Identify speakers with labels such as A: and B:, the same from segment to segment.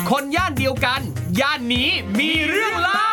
A: คนย่านเดียวกันย่านนี้มีเรื่องเล่า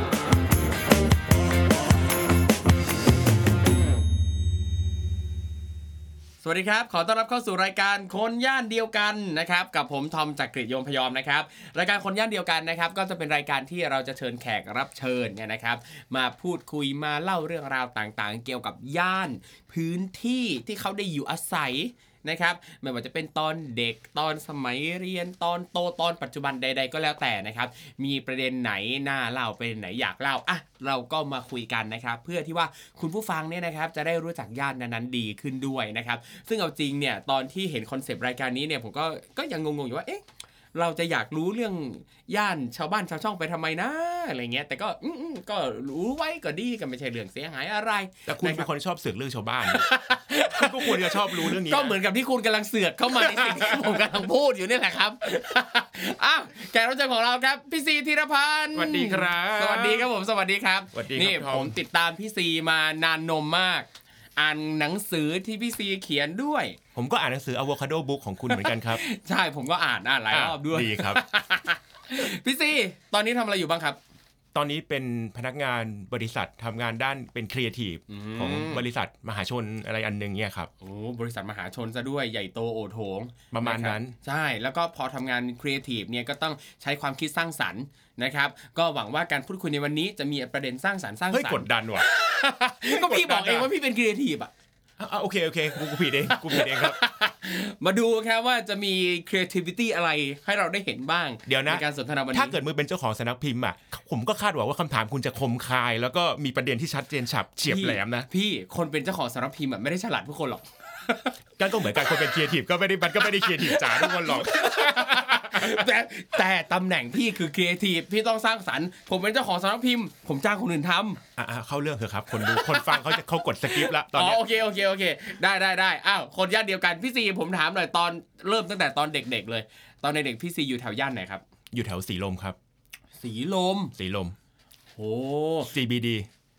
A: สวัสดีครับขอต้อนรับเข้าสู่รายการคนย่านเดียวกันนะครับกับผมทอมจากกฤษโยมพยอมนะครับรายการคนย่านเดียวกันนะครับก็จะเป็นรายการที่เราจะเชิญแขกรับเชิญเนี่ยนะครับมาพูดคุยมาเล่าเรื่องราวต่างๆเกี่ยวกับย่านพื้นที่ที่เขาได้อยู่อาศัยนะครับไม่ว่าจะเป็นตอนเด็กตอนสมัยเรียนตอนโตตอนปัจจุบันใดๆก็แล้วแต่นะครับมีประเด็นไหนน่าเล่าประเด็นไหนอยากเล่าอ่ะเราก็มาคุยกันนะครับเพื่อที่ว่าคุณผู้ฟังเนี่ยนะครับจะได้รู้จักย่านนั้นๆดีขึ้นด้วยนะครับซึ่งเอาจริงเนี่ยตอนที่เห็นคอนเซปต์รายการนี้เนี่ยผมก็ยังงงๆอยู่ว่าเอ๊ะเราจะอยากรู้เรื่องย่านชาวบ้านชาวช่องไปทำไมนะอะไรเงี้ยแต่ก็รู้ไว้ก็ดีก็ไม่ใช่เรื่องเสียหายอะไร
B: แต่คุณเป็นคนชอบเสือกเรื่องชาวบ้าน คุณก็ควรจะชอบรู้เรื่องนี้
A: ก็เหมือนกับที่คุณกำลังเสือกเข้ามาในสิ่งที่ผมกำลังพูดอยู่นี่แหละครับอ้าวแขกรับเชิญของเราครับพี่ซีธีรพันธ์
B: สวัสดีครับ
A: สวัสดีครับผมสวัสดีครับนี่
B: ผม
A: ติดตามพี่ซีมานานนมมากอ่านหนังสือที่พี่ซีเขียนด้วย
B: ผมก็อ่านหนังสือ Avocado Book ของคุณเหมือนกันครับ
A: ใช่ผมก็อ่านหลายรอบด้วย
B: ดีครับ
A: พี่ซีตอนนี้ทำอะไรอยู่บ้างครับ
B: ตอนนี้เป็นพนักงานบริษัททำงานด้านเป็นครีเอทีฟของบริษัทมหาชนอะไรอันนึงเนี่ยครับ
A: โอ้บริษัทมหาชนซะด้วยใหญ่โตโอโถง
B: ประมาณนั้น
A: ใช่แล้วก็พอทำงานครีเอทีฟเนี่ยก็ต้องใช้ความคิดสร้างสรรค์นะครับก็หวังว่าการพูดคุยในวันนี้จะมีประเด็นสร้างสรรค์
B: เฮ้ยกดดันว่ะ
A: ก็พี่บอกเองว่าพี่เป็นครีเอทีฟอ่ะ
B: โอเคกูผิดเองครับ
A: มาดูครับว่าจะมี creativity อะไรให้เราได้เห็นบ้าง
B: เดี๋ยวนะ
A: ในการสนทนาวันนี้
B: ถ้าเกิดมึงเป็นเจ้าของสำนักพิมพ์อ่ะผมก็คาดหวังว่าคำถามคุณจะคมคายแล้วก็มีประเด็นที่ชัดเจนฉับเฉียบแหลมนะ
A: พี่คนเป็นเจ้าของสำนักพิมพ์ไม่ได้ฉลาดทุกคนหรอก
B: ก็เหมือนกันคนเป็นครีเอทีฟก็ไม่ได้ครีเอทีฟจ๋าทุกคนหรอก
A: แต่ตำแหน่งพี่คือครีเอทีฟพี่ต้องสร้างสรรค์ผมเป็นเจ้าของสำนักพิมพ์ผมจ้างคนอื่นท
B: ำเข้าเรื่องเถอะครับคนดูคนฟังเขากดสกิปละตอนนี้
A: โอเคได้อ้าวคนย่านเดียวกันพี่ซีผมถามหน่อยตอนเริ่มตั้งแต่ตอนเด็กๆเลยตอนเด็กๆพี่ซีอยู่แถวย่านไหนครับ
B: อยู่แถวสีลมครับ
A: สีลมโอ้
B: CBD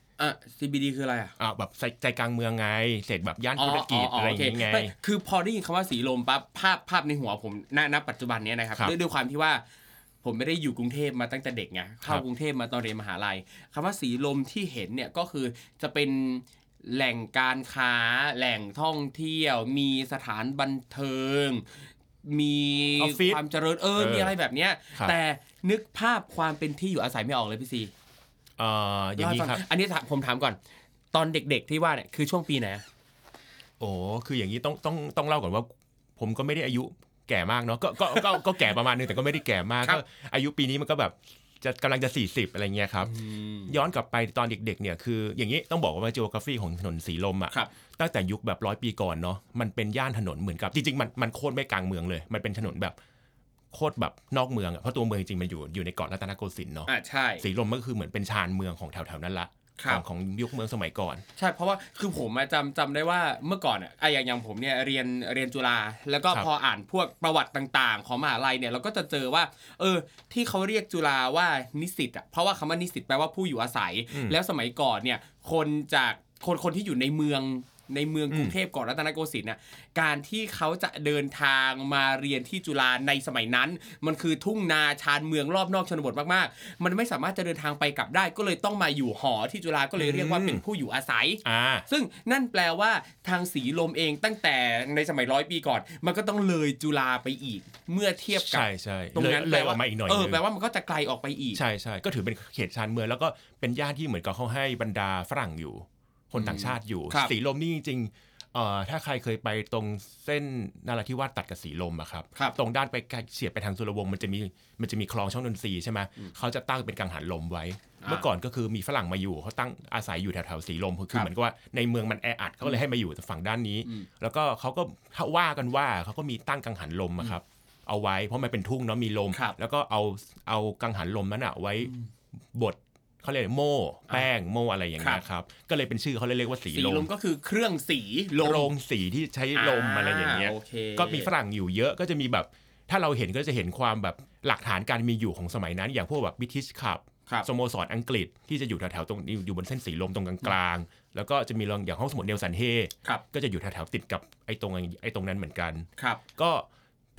A: CBD คืออะไร
B: แบบใจกลางเมืองไงเสร็จแบบย่านธุรกิจอะไรอย่างเงี้ย
A: คือพอได้ยินคำว่าสีลมปั๊บภาพในหัวผมณปัจจุบันนี้นะครับด้วยความที่ว่าผมไม่ได้อยู่กรุงเทพมาตั้งแต่เด็กไงเข้ากรุงเทพมาตอนเรียนมหาลัยคำว่าสีลมที่เห็นเนี่ยก็คือจะเป็นแหล่งการค้าแหล่งท่องเที่ยวมีสถานบันเทิงมีความเจริญมีอะไรแบบเนี้ยแต่นึกภาพความเป็นที่อยู่อาศัยไม่ออกเลยพี่ซี
B: อย่างนี้ครับ
A: อันนี้ผมถามก่อนตอนเด็กๆที่ว่าเนี่ยคือช่วงปีไหน
B: โอ้คืออย่างนี้ต้องเล่าก่อนว่าผมก็ไม่ได้อายุแก่มากเนาะก็แก่ประมาณนึงแต่ก็ไม่ได้แก่มากก็อายุปีนี้มันก็แบบจะกำลังจะ40อะไรเงี้ยครับย้อนกลับไปตอนเด็กๆเนี่ยคืออย่างนี้ต้องบอกว่า geography ของถนนสีลมอ่ะตั้งแต่ยุคแบบ100 ปีก่อนเนาะมันเป็นย่านถนนเหมือนกับจริงๆมันโคตรไม่กลางเมืองเลยมันเป็นถนนแบบโคตรแบบนอกเมืองเพราะตัวเมืองจริงๆมันอยู่ในเกาะรัตนโกสินทร์เนาะ
A: ใช่
B: สีลมก็คือเหมือนเป็นชานเมืองของแถวๆนั้นละของยุคเมืองสมัยก่อน
A: ใช่เพราะว่าคือผมจำได้ว่าเมื่อก่อนอย่างผมเนี่ยเรียนจุฬาแล้วก็พออ่านพวกประวัติต่างๆของมหาลัยเนี่ยเราก็จะเจอว่าที่เขาเรียกจุฬาว่านิสิตเพราะว่าคำว่านิสิตแปลว่าผู้อยู่อาศัยแล้วสมัยก่อนเนี่ยคนที่อยู่ในเมืองกรุงเทพก่อนรัตนโกสินทร์น่ะการที่เขาจะเดินทางมาเรียนที่จุฬาในสมัยนั้นมันคือทุ่งนาชานเมืองรอบนอกชนบทมากๆมันไม่สามารถจะเดินทางไปกลับได้ก็เลยต้องมาอยู่หอที่จุฬาก็เลยเรียกว่าเป็นผู้อยู่อาศัยซึ่งนั่นแปลว่าทางสีลมเองตั้งแต่ในสมัย100 ปีก่อนมันก็ต้องเลยจุฬาไปอีกเมื่อเทียบกับ
B: ตรงนั้นเลยออกมาอีกหน่อย
A: แปลว่ามันก็จะไกลออกไปอีก
B: ใช่ก็ถือเป็นเขตชานเมืองแล้วก็เป็นย่านที่เหมือนกับเขาให้บรรดาฝรั่งอยู่คนต่างชาติอยู่สีลมนี่จริงถ้าใครเคยไปตรงเส้นนราธิวาสตัดกับสีลมอะครับตรงด้านไปเฉียดไปทางสุรวงศ์มันจะมีคลองช่องนนทรีใช่ไหมเขาจะตั้งเป็นกังหันลมไว้เมื่อก่อนก็คือมีฝรั่งมาอยู่เขาตั้งอาศัยอยู่แถวๆสีลมคือเหมือนกับว่าในเมืองมันแออัดเขาเลยให้มาอยู่ฝั่งด้านนี้แล้วก็เขาก็ว่ากันว่าเขาก็มีตั้งกังหันลมอะครับเอาไว้เพราะมันเป็นทุ่งเนาะมีลมแล้วก็เอากังหันลมนั้นอะไว้บดเขาเรียกโม่แป้งโม่อะไรอย่างเงี้ยครับก็เลยเป็นชื่อเขาเรียกว่าสีลม
A: ก็คือเครื่องสี
B: โรงสีที่ใช้ลมอะไรอย่างเงี้ยก็มีฝรั่งอยู่เยอะก็จะมีแบบถ้าเราเห็นก็จะเห็นความแบบหลักฐานการมีอยู่ของสมัยนั้นอย่างพวกแบบบิทิชคลับสโมสรอังกฤษที่จะอยู่แถวๆตรงอยู่บนเส้นสีลมตรงกลางๆแล้วก็จะมีอย่างห้องสมุดเนลสันเฮก็จะอยู่แถวๆติดกับไอ้ตรงนั้นเหมือนกันก็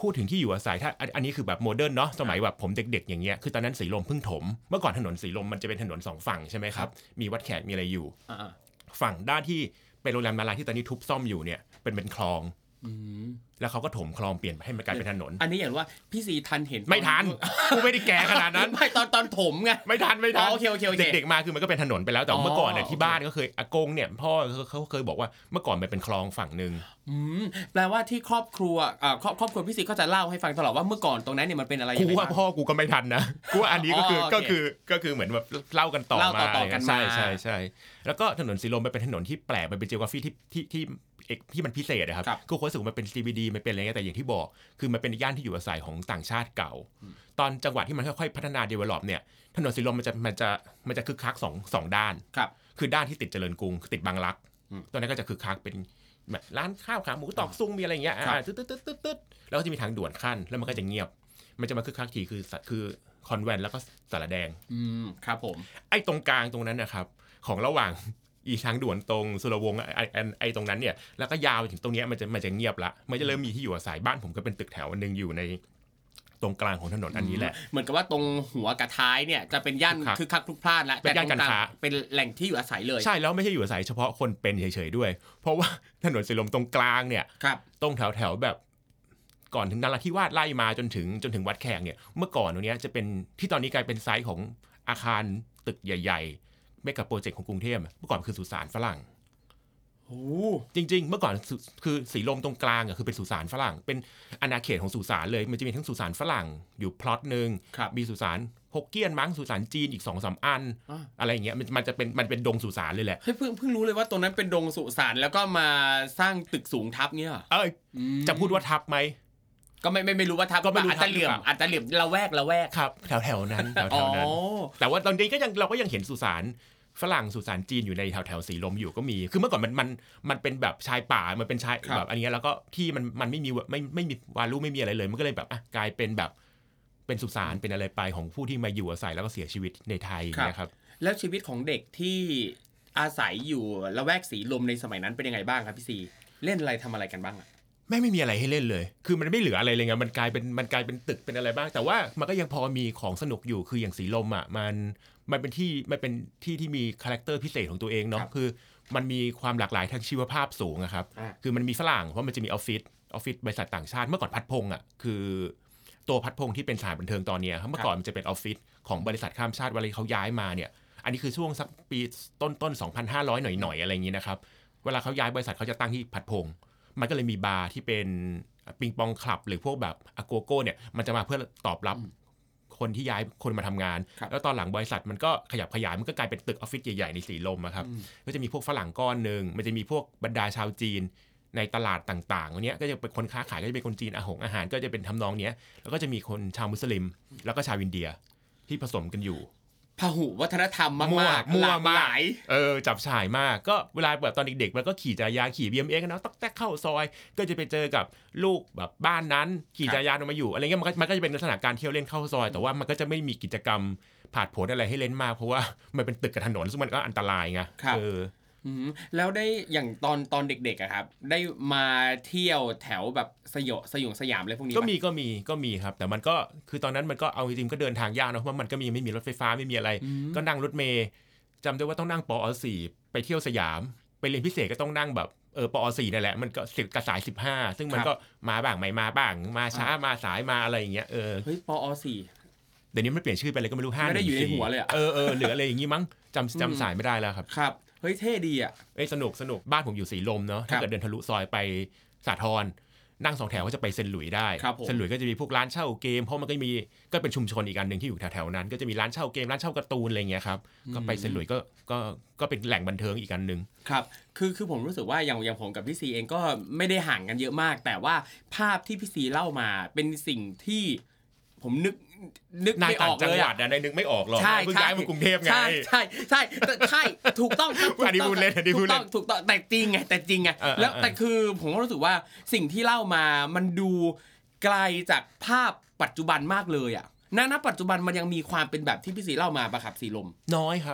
B: พูดถึงที่อยู่อาศัยถ้าอันนี้คือแบบโมเดิร์นเนาะสมัยแบบผมเด็กๆอย่างเงี้ยคือตอนนั้นสีลมเพิ่งถมเมื่อก่อนถนนสีลมมันจะเป็นถนน2ฝั่งใช่ไหมครับมีวัดแขกมีอะไรอยู่ฝั่งด้านที่เป็นโรงแรมนาราที่ตอนนี้ทุบซ่อมอยู่เนี่ยเป็นคลองแล้วเขาก็ถมคลองเปลี่ยนให้มันกลายเป็นถนน
A: อันนี้อย่างว่าพี่ซีทันเห็น
B: ไม่ทันกูไม่ได้แก่ขนาดนั้น
A: ไม่ตอนถมไง
B: ไม่ทัน
A: โอเค
B: เด็กๆมาคือมันก็เป็นถนนไปแล้วแต่เมื่อก่อนเนี่ยที่บ้านก็เคยอากงเนี่ยพ่อเขาเคยบอกว่าเมื่อก่อนมันเป็นคลองฝั่งนึง
A: แปลว่าที่ครอบครัวพี่ซีก็จะเล่าให้ฟังตลอดว่าเมื่อก่อนตรงนั้นเนี่ยมันเป็นอะไร
B: กูว่าพ่อกูก็ไม่ทันนะกูว่าอันนี้ก็คือเหมือนแบบเล่ากันต่อมาใช่แล้วก็ถนนสีลมมันเป็นถนนที่แปลกมันเป็นจีโอกราฟีที่มันพิเศษนะครับก็รู้สึกมันเป็น CBD มันเป็นอะไรเงี้ยแต่อย่างที่บอกคือมันเป็นย่านที่อยู่อาศัยของต่างชาติเก่าตอนจังหวะที่มันค่อยๆพัฒนา develop เนี่ยถนนสีลมมันจะคึกคักสองด้านคือด้านที่ติดเจริญกรุงติดบางรักตอนนั้นก็จะคึกคักเป็นแบบร้านข้าวขาหมูตอกซุงมีอะไรเงี้ยตึ๊ดแล้วก็จะมีทางด่วนขั้นแล้วมันก็จะเงียบมันจะมาคึกคักทีคือคอนแวนต์แล้วก็สารแดง
A: ครับผม
B: ไอ้ตรงกลางตรงนั้นนะครับของระหว่างอีทางด่วนตรงสุรวงศ์ไอ้ตรงนั้นเนี่ยแล้วก็ยาวถึงตรงนี้มันจะเงียบละมันจะเริ่มมีที่อยู่อาศัยบ้านผมก็เป็นตึกแถวนึงอยู่ในตรงกลางของถนนอันนี้แหละ
A: เหมือนกับว่าตรงหัวกับท้ายเนี่ยจะเป็นย่านคึกคักพลุกพล่านแล้ว
B: เป็นย่านการค้า
A: เป็นแหล่งที่อยู่อาศัยเลย
B: ใช่แล้วไม่ใช่อยู่อาศัยเฉพาะคนเป็นเฉยๆด้วยเพราะว่าถนนสีลมตรงกลางเนี่ยตรงแถวแบบก่อนถึงนราธิวาสไล่มาจนถึงวัดแขกเนี่ยเมื่อก่อนตรงนี้จะเป็นที่ตอนนี้กลายเป็นไซต์ของอาคารตึกใหญ่ๆเมกะโปรเจกต์ของกรุงเทพเมื่อก่อนคือสุสานฝรั่งจริงๆเมื่อก่อนคือสีลมตรงกลางคือเป็นสุสานฝรั่งเป็นอาณาเขตของสุสานเลยมันจะมีทั้งสุสานฝรั่งอยู่พล็อตนึงมีสุสานฮกเกี้ยนมั้งสุสานจีนอีก 2-3 อันอะไรอย่างเงี้ยมันเป็นดงสุสานเลยแหละ
A: เพิ่งรู้เลยว่าตรงนั้นเป็นดงสุสานแล้วก็มาสร้างตึกสูงทับเงี้ย
B: จะพูดว่าทับไหม
A: ก็ไม่รู้ว่าทับก็อาจจะเหลี่ยมละแวก
B: ครับแถวนั้นแต่ว่าตอนนี้เราก็ยังเห็นสุสานฝรั่งสุสานจีนอยู่ในแถวสีลมอยู่ก็มีคือเมื่อก่อนมันเป็นแบบชายป่ามันเป็นชายแบบอันนี้แล้วก็ที่มันไม่มีวาลูไม่มีอะไรเลยมันก็เลยแบบกลายเป็นแบบเป็นสุสานเป็นอะไรไปของผู้ที่มาอยู่อาศัยแล้วก็เสียชีวิตในไทยนะครับ
A: แล้วชีวิตของเด็กที่อาศัยอยู่ละแวกสีลมในสมัยนั้นเป็นยังไงบ้างครับพี่ซีเล่นอะไรทำอะไรกันบ้าง
B: ไม่มีอะไรให้เล่นเลยคือมันไม่เหลืออะไรเลยไงมันกลายเป็นตึกเป็นอะไรบ้างแต่ว่ามันก็ยังพอมีของสนุกอยู่คืออย่างสีลมมันเป็นที่ที่มีคาแรคเตอร์พิเศษของตัวเองเนาะคือมันมีความหลากหลายทางชีวภาพสูงครับคือมันมีฝรั่งเพราะมันจะมีออฟฟิศบริษัทต่างชาติเมื่อก่อนพัดพงคือตัวพัดพงที่เป็นสถานบันเทิงตอนนี้เมื่อก่อนมันจะเป็นออฟฟิศของบริษัทข้ามชาติเวลาเขาย้ายมาเนี่ยอันนี้คือช่วงสักปีต้น 2,500 หน่อยอะไรอย่างนี้นะครับเวลาเขาย้ายบริษัทเขาจะตั้งที่พัดพงมันก็เลยมีบาร์ที่เป็นปิงปองคลับหรือพวกแบบอาโกโก้เนี่ยมันจะมาเพื่อตอบรับคนที่ย้ายคนมาทำงานแล้วตอนหลังบริษัทมันก็ขยับขยายมันก็กลายเป็นตึกออฟฟิศใหญ่ๆในสีลมครับก็จะมีพวกฝรั่งก้อนนึงมันจะมีพวกบรรดาชาวจีนในตลาดต่างๆวันนี้ก็จะเป็นคนค้าขายก็จะเป็นคนจีนอาหารก็จะเป็นทำนองเนี้ยแล้วก็จะมีคนชาวมุสลิมแล้วก็ชาวอินเดียที่ผสมกันอยู่
A: พหุวัฒนธรรมมาก
B: ๆหลากหลายจับฉ่ายมากก็เวลาแบบตอนเด็กๆมันก็ขี่จักรยานขี่ BMX กันเนาะตักแตกเข้าซอยก็จะไปเจอกับลูกแบบบ้านนั้นขี่จักรยานออกมาอยู่อะไรเงี้ยมันก็จะเป็นลักษณะการเที่ยวเล่นเข้าซอยแต่ว่ามันก็จะไม่มีกิจกรรมผาดโผนอะไรให้เล่นมากเพราะว่ามันเป็นตึกกับถนนซึ่งมันก็อันตรายไง
A: แล้วได้อย่างตอนเด็กๆครับได้มาเที่ยวแถวแบบสยองสยามอะไรพวกนี้
B: ก็มีครับแต่มันก็คือตอนนั้นมันก็เอาจริงๆก็เดินทางยากเนาะเพราะมันก็ไม่มีรถไฟฟ้าไม่มีอะไรก็นั่งรถเมล์จำได้ว่าต้องนั่งปอ.4 ไปเที่ยวสยามไปเรียนพิเศษก็ต้องนั่งแบบปอ.4 นั่นแหละมันก็10กับสาย15ซึ่งมันก็มาบ้างไม่มาบ้างมาช้ามาสายมาอะไรอย่างเงี้ย
A: เฮ้ยปอ
B: .4 เดี๋ยวนี้มันเปลี่ยนชื่อไปเลยก็ไม่รู้5
A: ไม่ได้อยู่ในหัวเลย
B: เหลืออะไรอย่างงี้มั้งจำสายไม่ได้แล้ว
A: ครับเฮ้ยเท่ดี
B: สนุกบ้านผมอยู่สีลมเนาะถ้าเกิดเดินทะลุซอยไปสาทรนั่ง2แถวก็จะไปเซนหลุยได้เซนหลุยก็จะมีพวกร้านเช่าเกมเพราะมันก็เป็นชุมชนอีกอันนึงที่อยู่แถวๆนั้นก็จะมีร้านเช่าเกมร้านเช่าการ์ตูนอะไรเงี้ยครับก็ไปเซนหลุยก็เป็นแหล่งบันเทิงอีกอันนึง
A: ครับคือผมรู้สึกว่าอย่างผมกับพี่ซีเองก็ไม่ได้ห่างกันเยอะมากแต่ว่าภาพที่พี่ซีเล่ามาเป็นสิ่งที่ผมนึกไม่ออกเลย
B: ในนึกไม่ออกหรอกเพิ่งย้ายมากรุงเทพไง
A: ใช่ถูกต้องครับ
B: อันนี้พูดเล่น
A: ถูกต้องแต่จริงไงแล้วแต่คือผมก็รู้สึกว่าสิ่งที่เล่ามามันดูไกลจากภาพปัจจุบันมากเลยณปัจจุบันมันยังมีความเป็นแบบที่พี่สีเล่ามาป่ะครับสีลม
B: น้อยครับ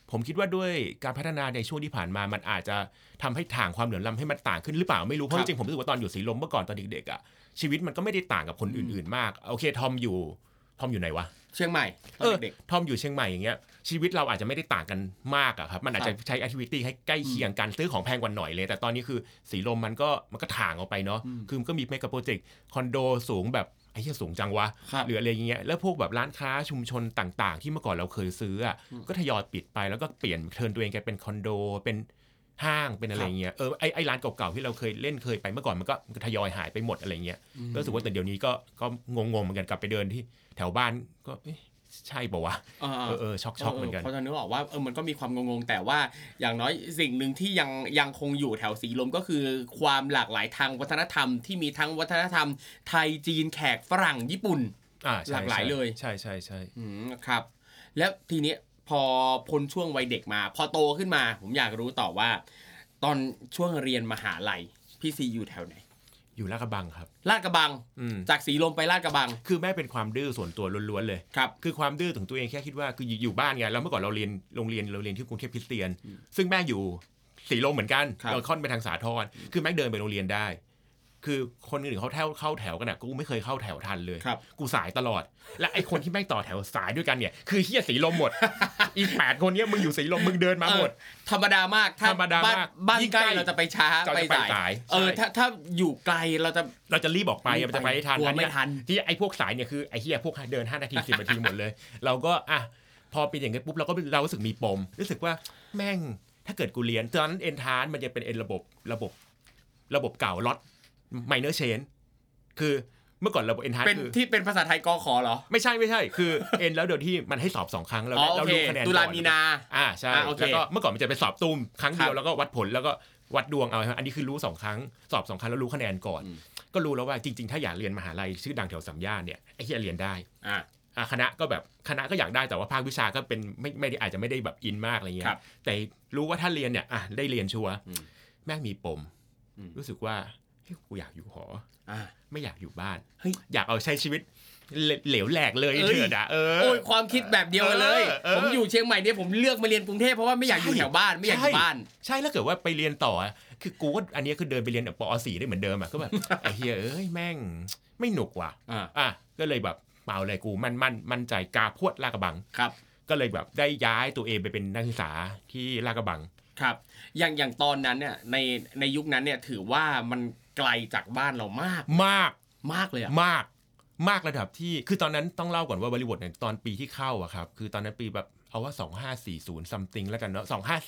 B: ผมคิดว่าด้วยการพัฒนาในช่วงที่ผ่านมามันอาจจะทำให้ถ่างความเหลื่อมล้ำให้มันต่างขึ้นหรือเปล่าไม่รู้เพราะจริงๆผมรู้สึกว่าตอนอยู่สีลมเมื่อก่อนตอนเด็กๆอ่ะชีวิตมันก็ไม่ได้ต่างกับคนอื่นๆมากโอเคทอมอยู่ไหนวะ
A: เชียงใหม่เด็ก
B: ทอมอยู่เชียงใหม่อย่างเงี้ยชีวิตเราอาจจะไม่ได้ต่างกันมากอะครับมันอาจจะใช้แอคทิวิตี้ให้ใกล้เคียงกันซื้อของแพงกว่าหน่อยเลยแต่ตอนนี้คือสีลมมันก็ถ่างออกไปเนาะคือมันก็มีเมกะโปรเจกต์คอนโดสูงแบบไอ้เหี้ยสูงจังวะหรืออะไรอย่างเงี้ยแล้วพวกแบบร้านค้าชุมชนต่างๆที่เมื่อก่อนเราเคยซื้ออ่ะก็ทยอยปิดไปแล้วก็เปลี่ยนเทิร์นตัวเองกลายเป็นคอนโดเป็นห้างเป็นอะไรเงี้ยไอ้ร้านเก่าๆที่เราเคยไปเมื่อก่อนมันก็ทยอยหายไปหมดอะไรเงี้ยก็รู้สึกว่าแต่เดี๋ยวนี้ก็งงๆเหมือนกันกลับไปเดินที่แถวบ้านก็ใช่ป่าววะช็อกเหมือนกัน
A: เพราะตอนนึกออกว่ามันก็มีความงงๆแต่ว่าอย่างน้อยสิ่งหนึ่งที่ยังคงอยู่แถวสีลมก็คือความหลากหลายทางวัฒนธรรมที่มีทั้งวัฒนธรรมไทยจีนแขกฝรั่งญี่ปุ่นหลากหลายเลย
B: ใช่
A: ครับแล้วทีนี้พอพ้นช่วงวัยเด็กมาพอโตขึ้นมาผมอยากรู้ต่อว่าตอนช่วงเรียนมหาลัยพี่ซีอยู่แถวไหน
B: อยู่ลาดกระบังครับ
A: ลาดกระบังจากสีลมไปลาดกระบัง
B: คือแม่เป็นความดื้อส่วนตัวล้วนๆเลย
A: ครับ
B: คือความดื้อของตัวเองแค่คิดว่าคืออยู่บ้านไงแล้วเมื่อก่อนเราเรียนโรงเรียนที่กรุงเทพคริสเตียนซึ่งแม่อยู่สีลมเหมือนกันเราค่อนไปทางสาทรคือแม่เดินไปโรงเรียนได้คือคนอื่นเขาเข้าแถวกันน่ะกูไม่เคยเข้าแถวทันเลยกูสายตลอดและไอ้คนที่แม่งต่อแถวสายด้วยกันเนี่ยคือเหี้ยสีลมหมดอีก8คนเนี้ยมึงอยู่สีลมมึงเดินมาหมด
A: ธรรมดามากถ้าบ้านใกล้เราจะไปช้าไปสายถ้าอยู่ไกลเราจะ
B: รีบออกไปมันจะไปให้ทันอันนี้ที่ไอ้พวกสายเนี่ยคือไอ้เหี้ยพวกเดิน5นาที10นาทีหมดเลยเราก็พอเป็นอย่างงี้ปุ๊บเรารู้สึกมีปมรู้สึกว่าแม่งถ้าเกิดกูเรียนตอนนั้นเอนทรานมันจะเป็นระบบเก่าล็อตminor change คือเมื่อก่อนระบบ entrance
A: เป็นที่เป็นภาษาไทยกขเหรอ
B: ไม่ใช่คือเอ็นแล้วเดี๋ยวที่มันให้สอบ2ครั้งแล้วเรารู้คะแนน
A: ตุลามีนา
B: ใช่แล้วก็เมื่อก่อนมันจะเป็นสอบตูมครั้งเดียวแล้วก็วัดผลแล้วก็วัดดวงเอาอันนี้คือรู้2ครั้งสอบ2ครั้งแล้วรู้คะแนนก่อนก็รู้แล้วว่าจริงๆถ้าอยากเรียนมหาลัยชื่อดังแถวสามย่านเนี่ยไอ้ที่เรียนได้คณะก็อยากได้แต่ว่าภาควิชาก็เป็นไม่ได้อาจจะไม่ได้แบบอินมากอะไรเงี้ยแต่รู้ว่าถ้าเรียนเนี่ยได้เรียนชัวร์แม่งมีปมรู้สึกว่ากูอยากอยู่หอไม่อยากอยู่บ้านอยากเอาใช้ชีวิตเหลวแหลกเลยเถิด
A: โอ้ยความคิดแบบเดียวเลยผมอยู่เชียงใหม่เนี่ยผมเลือกมาเรียนกรุงเทพเพราะว่าไม่อยากอยู่แถวบ้านไม่อยากอยู่บ้าน
B: ใช่แล้วเกิดว่าไปเรียนต่อคือกูก็อันนี้คือเดินไปเรียนปอ.4ได้เหมือนเดิมก็แบบไอ้เหี้ยแม่งไม่หนุกว่ะก็เลยแบบเปล่าเลยกูมั่นใจกาพวดลาดกระบัง
A: ครับ
B: ก็เลยแบบได้ย้ายตัวเองไปเป็นนักศึกษาที่ลาดกระบัง
A: ครับอย่างตอนนั้นเนี่ยในยุคนั้นเนี่ยถือว่ามันไกลจากบ้านเรามากเลย
B: มากระดับที่คือตอนนั้นต้องเล่าก่อนว่าบริบทในตอนปีที่เข้าครับคือตอนนั้นปีแบบเอาว่า2540 something แล้วกันเนาะ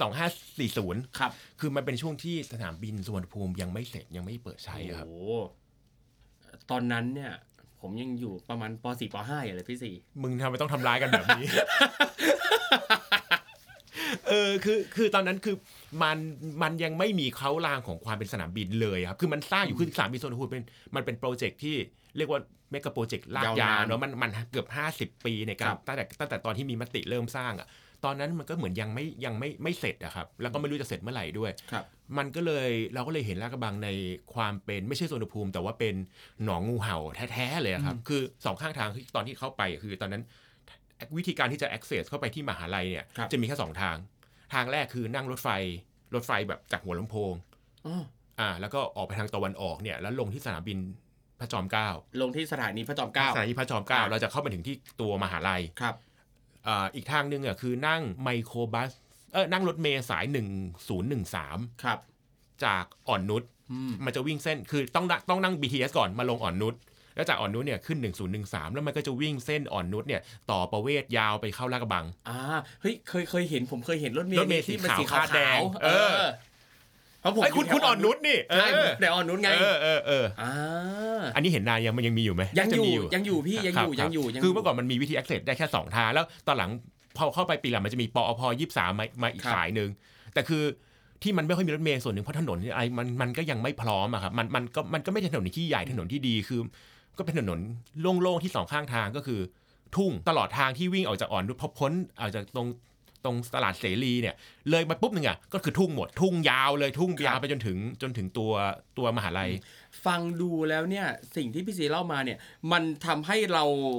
B: 2540
A: ครับ
B: คือมันเป็นช่วงที่สนามบินสุวรรณภูมิยังไม่เสร็จยังไม่เปิดใช้ครับ
A: โอ้ตอนนั้นเนี่ยผมยังอยู่ประมาณป.4 ป.5 อย่างเลยพี่สี่
B: มึงทำไมต้องทำร้ายกันแบบนี้ คือตอนนั้นคือมันยังไม่มีเขาลางของความเป็นสนามบินเลยครับคือมันสร้างอยู่คือสนามบินสุวรรณภูมิมันเป็นโปรเจกต์ที่เรียกว่าเมกะโปรเจกต์ลากยาวเนาะมันเกือบ50ปีในการตั้งแต่ตอนที่มีมติเริ่มสร้างตอนนั้นมันก็เหมือนยังไม่เสร็จครับแล้วก็ไม่รู้จะเสร็จเมื่อไหร่ด้วยมันก็เลยเราก็เลยเห็นลาดกระบังในความเป็นไม่ใช่สุวรรณภูมิแต่ว่าเป็นหนองงูเห่าแท้ๆเลยครับคือ2ข้างทางตอนที่เข้าไปคือตอนนั้นวิธีการที่จะ access เข้าไปที่มหาลัยเนี่ยจะมีแค่2ทางแรกคือนั่งรถไฟแบบจากหัวลำโพงแล้วก็ออกไปทางตะวันออกเนี่ยแล้วลงที่สนามบินพระจอมเกล้า
A: ลงที่สถานีพระจอมเกล้า
B: สถานีพระจอมเกล้าเราจะเข้าไปถึงที่ตัวมหาลัย
A: ครับ
B: อีกทางนึงคือนั่งไมโครบัสนั่งรถเมล์สาย1013
A: ครับ
B: จากอ่อนนุชมันจะวิ่งเส้นคือต้องนั่ง BTS ก่อนมาลงอ่อนนุชแล้วจากอ่อนนุชเนี่ยขึ้น1013แล้วมันก็จะวิ่งเส้นอ่อนนุชเนี่ยต่อประเวศยาวไปเข้าลาดกระบัง
A: เฮ้ยเคยเห็นผมเคยเห็นรถเมล์
B: ที่มันสีขาวแดง
A: เพราะผม
B: คุณอ่อนนุชนี่
A: ใช่แต่อ่อนนุชไง
B: อันนี้เห็นนานมันยังมีอยู่ไหม
A: ยังอยู่พี่ยังอยู่
B: คือเมื่อก่อนมันมีวิธี access ได้แค่2ทางแล้วตอนหลังพอเข้าไปปีหลังมันจะมีปอพ23มาอีกสายนึงแต่คือที่มันไม่ค่อยมีรถเมล์ส่วนหนึ่งเพราะถนนอะไรมันก็ยังไม่พร้อมอะครับมันก็ไม่ใช่ถนนที่ใหญ่ถนนที่ดีคือก็เป็นถนนโล่งๆที่2ข้างทางก็คือทุ่งตลอดทางที่วิ่งออกจากอ่อนนุชพอพ้นออกจากตรงตลาดเสรีเนี่ยเลยมาปุ๊บนึงก็คือทุ่งหมดทุ่งยาวเลยทุ่งยาวไปจนถึงตัวมหาลัย
A: ฟังดูแล้วเนี่ยสิ่งที่พี่ซีเล่ามาเนี่ยมันทำให้เรา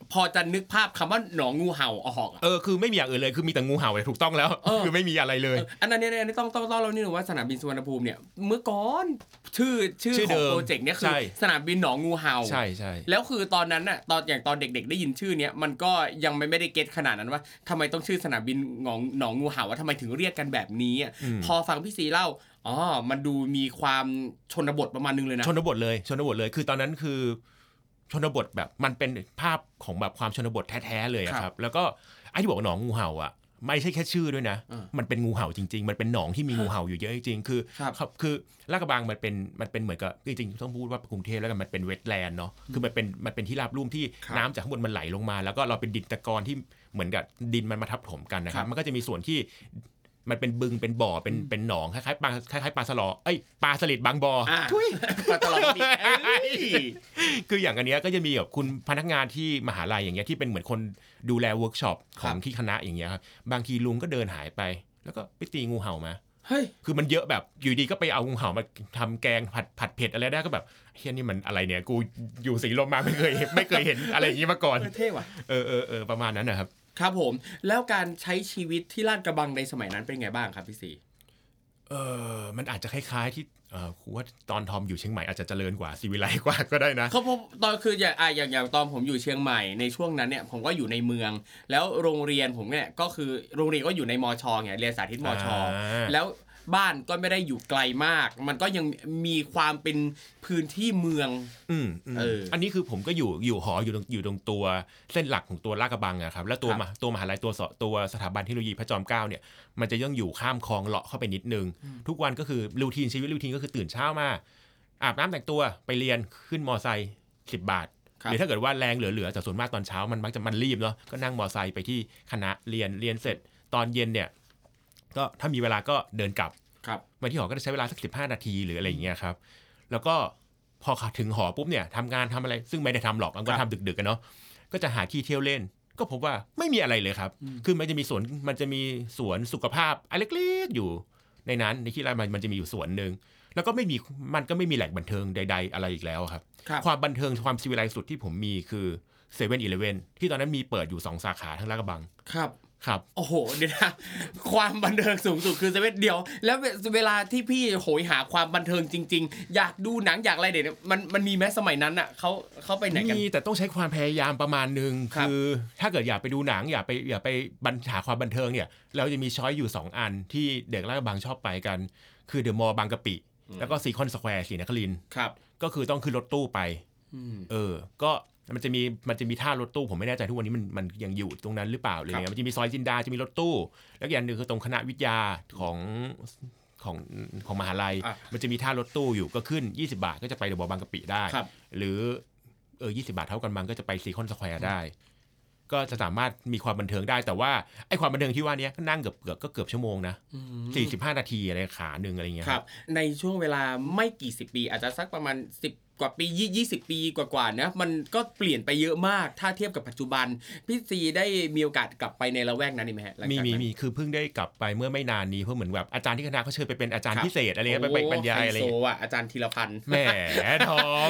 A: พอจะนึกภาพคำว่าหนองงูเห่าออก
B: คือไม่มีอย่างอื่นเลยคือมีแต่งูเห่าเลยถูกต้องแล้วคือไม่มีอะไรเลย
A: อันนั้นเนี่ยต้องเรานี่หนูว่าสนามบินสุวรรณภูมิเนี่ยเมื่อก่อนชื่อของโปรเจกต์เนี่ยคือสนามบินหนองงูเห่า
B: ใช่
A: แล้วคือตอนนั้นน่ะตอนเด็กๆได้ยินชื่อเนี้ยมันก็ยังไม่ได้เก็ตขนาดนั้นว่าทำไมต้องชื่อสนามบินหนองงูเห่าว่าทำไมถึงเรียกกันแบบนี้พอฟังพี่ซีเล่ามันดูมีความชนบทประมาณนึงเลยนะ
B: ชนบทเลยคือตอนนั้นคือชนบทแบบมันเป็นภาพของแบบความชนบทแท้ๆเลยครับแล้วก็ไอ้ที่บอกว่าหนองงูเห่าอ่ะไม่ใช่แค่ชื่อด้วยนะมันเป็นงูเห่าจริงๆมันเป็นหนองที่มีงูเห่าอยู่เยอะจริงๆคือลาดกระบังมันเป็นเหมือนกับจริงๆต้องพูดว่ากรุงเทพแล้วกันมันเป็นเวทแลนด์เนาะคือมันเป็นที่ราบลุ่มที่น้ำจากข้างบนมันไหลลงมาแล้วก็เราเป็นดินตะกอนที่เหมือนกับดินมันมาทับถมกันนะครับมันก็จะมีส่วนที่มันเป็นบึงเป็นบ่อเป็นหนองคล้ายๆปลาสลอปลาสลิดบางบ่อ
A: ปลาสลอ
B: คืออย่างอันเนี้ยก็จะมีแบบคุณพนักงานที่มหาลัยอย่างเงี้ยที่เป็นเหมือนคนดูแลเวิร์กช็อปของที่คณะอย่างเงี้ยครับบางทีลุงก็เดินหายไปแล้วก็ไปตีงูเห่ามาคือมันเยอะแบบอยู่ดีก็ไปเอางูเห่ามาทำแกงผัดเผ็ดอะไรได้ก็แบบเฮียนี่มันอะไรเนี่ยกูอยู่สีลมมาไม่เคยเห็นอะไรอย่างงี้มาก่อน
A: เท่ว่ะ
B: ประมาณนั้นนะครับ
A: ครับผมแล้วการใช้ชีวิตที่ลาดกระบังในสมัยนั้นเป็นไงบ้างครับพี่ซี
B: มันอาจจะคล้ายๆที่ครูว่าตอนทอมอยู่เชียงใหม่อาจจะเจริญกว่าศิวิไลกว่าก็ได้นะ
A: เขาพบตอนคืออย่างตอนผมอยู่เชียงใหม่ในช่วงนั้นเนี่ยผมก็อยู่ในเมืองแล้วโรงเรียนผมเนี่ยก็คือโรงเรียนก็อยู่ในมช.ไงเรียนสาธิตมช.แล้วบ้านก็ไม่ได้อยู่ไกลมากมันก็ยังมีความเป็นพื้นที่เมือง
B: อันนี้คือผมก็อยู่หออยู่ตรงตัวเส้นหลักของตัวลาดกระบังอะครับแล้วตัวมหาลัยตัวสถาบันเทคโนโลยีพระจอมเกล้าเนี่ยมันจะยังอยู่ข้ามคลองเลาะเข้าไปนิดนึงทุกวันก็คือชีวิตรูทีนก็คือตื่นเช้ามาอาบน้ำแต่งตัวไปเรียนขึ้นมอไซค์10 บาทหรือถ้าเกิดว่าแรงเหลือแต่ส่วนมากตอนเช้ามันมักจะรีบเนาะก็นั่งมอไซค์ไปที่คณะเรียนเสร็จตอนเย็นเนี่ยก็ถ้ามีเวลาก็เดินกลับมาที่หอก็จะใช้เวลาสัก15 นาทีหรืออะไรอย่างเงี้ยครับแล้วก็พอถึงหอปุ๊บเนี่ยทำงานทำอะไรซึ่งไม่ได้ทำหรอกมันก็ทำดึกๆกันเนาะก็จะหาที่เที่ยวเล่นก็พบว่าไม่มีอะไรเลยครับคือมันจะมีสวนสุขภาพอันเล็กๆอยู่ในนั้นในที่ร้านมันจะมีอยู่สวนนึงแล้วก็มันก็ไม่มีแหล่งบันเทิงใดๆอะไรอีกแล้วครับความบันเทิงความซีวิไลซ์สุดที่ผมมีคือ7-Eleven ที่ตอนนั้นมีเปิดอยู่2 สาขาทั้งลาดกระบังครับ
A: โอ้โหเดี๋ยวนะความบันเทิงสูงสุดคือ7เดียวแล้วเวลาที่พี่โหยหาความบันเทิงจริงๆอยากดูหนังอยากอะไรเดี๋ยวมันมีแม้สมัยนั้นอ่ะเขาไปไหนกัน
B: มีแต่ต้องใช้ความพยายามประมาณนึงคือถ้าเกิดอยากไปดูหนังอยากไปหาความบันเทิงเนี่ยเราจะมีช้อยอยู่2 อันที่เด็กลาดกระบังชอบไปกันคือเดอะมอลล์บางกะปิแล้วก็ซีคอนสแควร์ศรีนครินทร์ก็คือต้องขึ้นรถตู้ไปก็มันจะมีท่ารถตู้ผมไม่แน่ใจทุกวันนี้มันยังอยู่ตรงนั้นหรือเปล่าอะไรเงี้ยมันจะมีซอยจินดาจะมีรถตู้แล้วอย่างนึงคือตรงคณะวิทยาของมหาลัยมันจะมีท่ารถตู้อยู่ก็ขึ้น20 บาทก็จะไปเดอะมอลล์บางกะปิได้หรือ20 บาทเท่ากันบางก็จะไปซีคอนสแควร์ได้ก็จะสามารถมีความบันเทิงได้แต่ว่าไอ้ความบันเทิงที่ว่านี้ก็นั่งเกือบชั่วโมงนะ45 นาทีอะไรขานึงอะไรเงี้ย
A: ครับในช่วงเวลาไม่กี่10 ปีอาจจะสักประมาณ10 กว่าปี20 ปีกว่าๆนะมันก็เปลี่ยนไปเยอะมากถ้าเทียบกับปัจจุบันพี่ซีได้มีโอกาสกลับไปในละแวกนั้นไหมฮะ
B: มีคือเพิ่งได้กลับไปเมื่อไม่นานนี้เพราะเหมือนแบบอาจารย์ที่คณะเขาเชิญไปเป็นอาจารย์พิเศษอะไรเงี้ยไปบรรยายอะไร
A: อาจารย์ธีรพันธ์
B: แหมทอม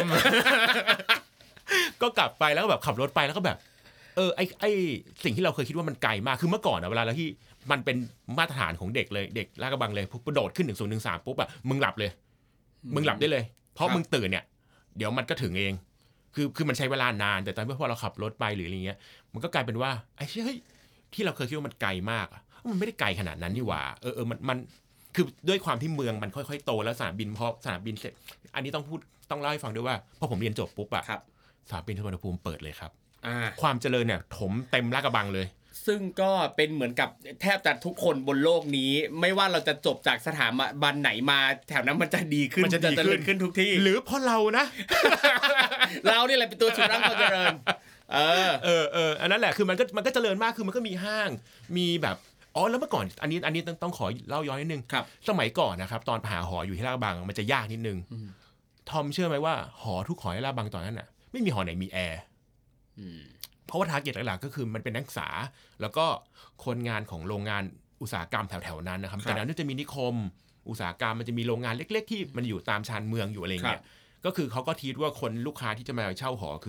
B: ก็กลับไปแล้วก็แบบขับรถไปแล้วก็แบบไอ้สิ่งที่เราเคยคิดว่ามันไกลมากคือเมื่อก่อนเวลาเราที่มันเป็นมาตรฐานของเด็กเลยเด็กลาดกระบังเลยพอโดดขึ้น1013ปุ๊บอะมึงหลับได้เลยเพราะมึงตื่นเนี่ยเดี๋ยวมันก็ถึงเองคือมันใช้เวลานานแต่ตอนพอเราขับรถไปหรืออะไรเงี้ยมันก็กลายเป็นว่าไอ้เฮ้ยที่เราเคยคิดว่ามันไกลมากมันไม่ได้ไกลขนาดนั้นนี่หว่ามันคือด้วยความที่เมืองมันค่อยๆโตแล้วสนามบินพอสนามบินเสร็จอันนี้ต้องเล่าให้ฟังด้วยว่าพอผมเรียนจบปุ๊บอะสนามบินสุวรรณภูมิเปิดเลยครับความเจริญเนี่ยถมเต็มลาดกระบังเลย
A: ซึ่งก็เป็นเหมือนกับแทบจะทุกคนบนโลกนี้ไม่ว่าเราจะจบจากสถาบันไหนมาแถวนั้นมันจะดีขึ้น
B: มันจะเจริญ
A: ขึ้นทุกที่
B: หรือเพราะเรานะ
A: เราเนี่ยแหละเป็นตัวฉุดรั้งความเจริญ
B: อันนั้นแหละคือมันก็เจริญมากคือมันก็มีห้างมีแบบแล้วเมื่อก่อนอันนี้ต้องขอเล่าย้อนนิดนึงสมัยก่อนนะครับตอนหาหออยู่ที่ลาดกระบังมันจะยากนิดนึงทอมเชื่อไหมว่าหอทุกหอที่ลาดกระบังตอนนั้นน่ะไม่มีหอไหนมีแอร์เพราะว่าทาร์เก็ตหลักๆก็คือมันเป็นนักศึกษาแล้วก็คนงานของโรงงานอุตสาหกรรมแถวๆนั้นนะครับแต่นั้นจะมีนิคมอุตสาหกรรมมันจะมีโรงงานเล็กๆที่มันอยู่ตามชานเมืองอยู่อะไรเงี้ยก็คือเขาก็ทีดว่าคนลูกค้าที่จะมาเช่าหอคือ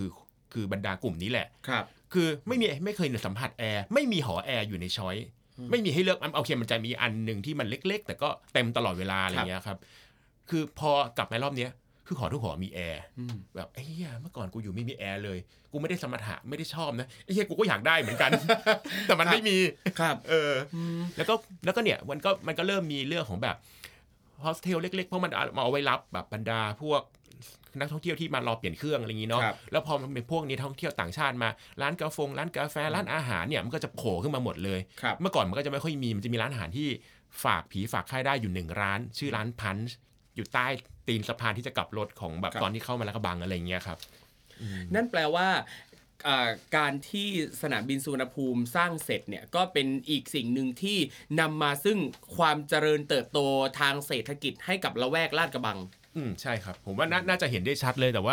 B: คือบรรดากลุ่มนี้แหละ
A: ครับ
B: คือไม่เคยสัมผัสแอร์ไม่มีหอแอร์อยู่ในช้อยไม่มีให้เลือกโอเคมันจะมีอันนึงที่มันเล็กๆแต่ก็เต็มตลอดเวลาอะไรเงี้ยครับคือพอกลับมารอบเนี้ยคือหอทุกหอมีแอร์แบบไอ้เหี้ยเมื่อก่อนกูอยู่ไม่มีแอร์เลยกูไม่ได้สมถะไม่ได้ชอบนะไอ้เหี้ยกูก็อยากได้เหมือนกัน แต่มันไม่มี
A: ครับ
B: แล้วก็เนี่ยมันก็เริ่มมีเรื่องของแบบโฮสเทลเล็กๆเพราะมันเอาไว้รับแบบบรรดาพวกนักท่องเที่ยวที่มารอเปลี่ยนเครื่องอะไรอย่างนี้เนาะแล้วพอมันเป็นพวกนี้ท่องเที่ยวต่างชาติมาร้านกาแฟร้านอาหารเนี่ยมันก็จะโผล่ขึ้นมาหมดเลยเมื่อก่อนมันก็จะไม่ค่อยมีมันจะมีร้านอาหารที่ฝากผีฝากไข้ได้อยู่1ร้านชื่อร้านพันช์อยู่ใต้ตีนสะพานที่จะกลับรถของแบบตอนที่เข้ามาลาดกระบังอะไรอย่างเงี้ยครับ
A: นั่นแปลว่าการที่สนามบินสุวรรณภูมิสร้างเสร็จเนี่ยก็เป็นอีกสิ่งหนึ่งที่นำมาซึ่งความเจริญเติบโตทางเศรษฐกิจให้กับละแวกลาดกระบัง
B: ใช่ครับผมว่าน่าจะเห็นได้ชัดเลยแต่ว่า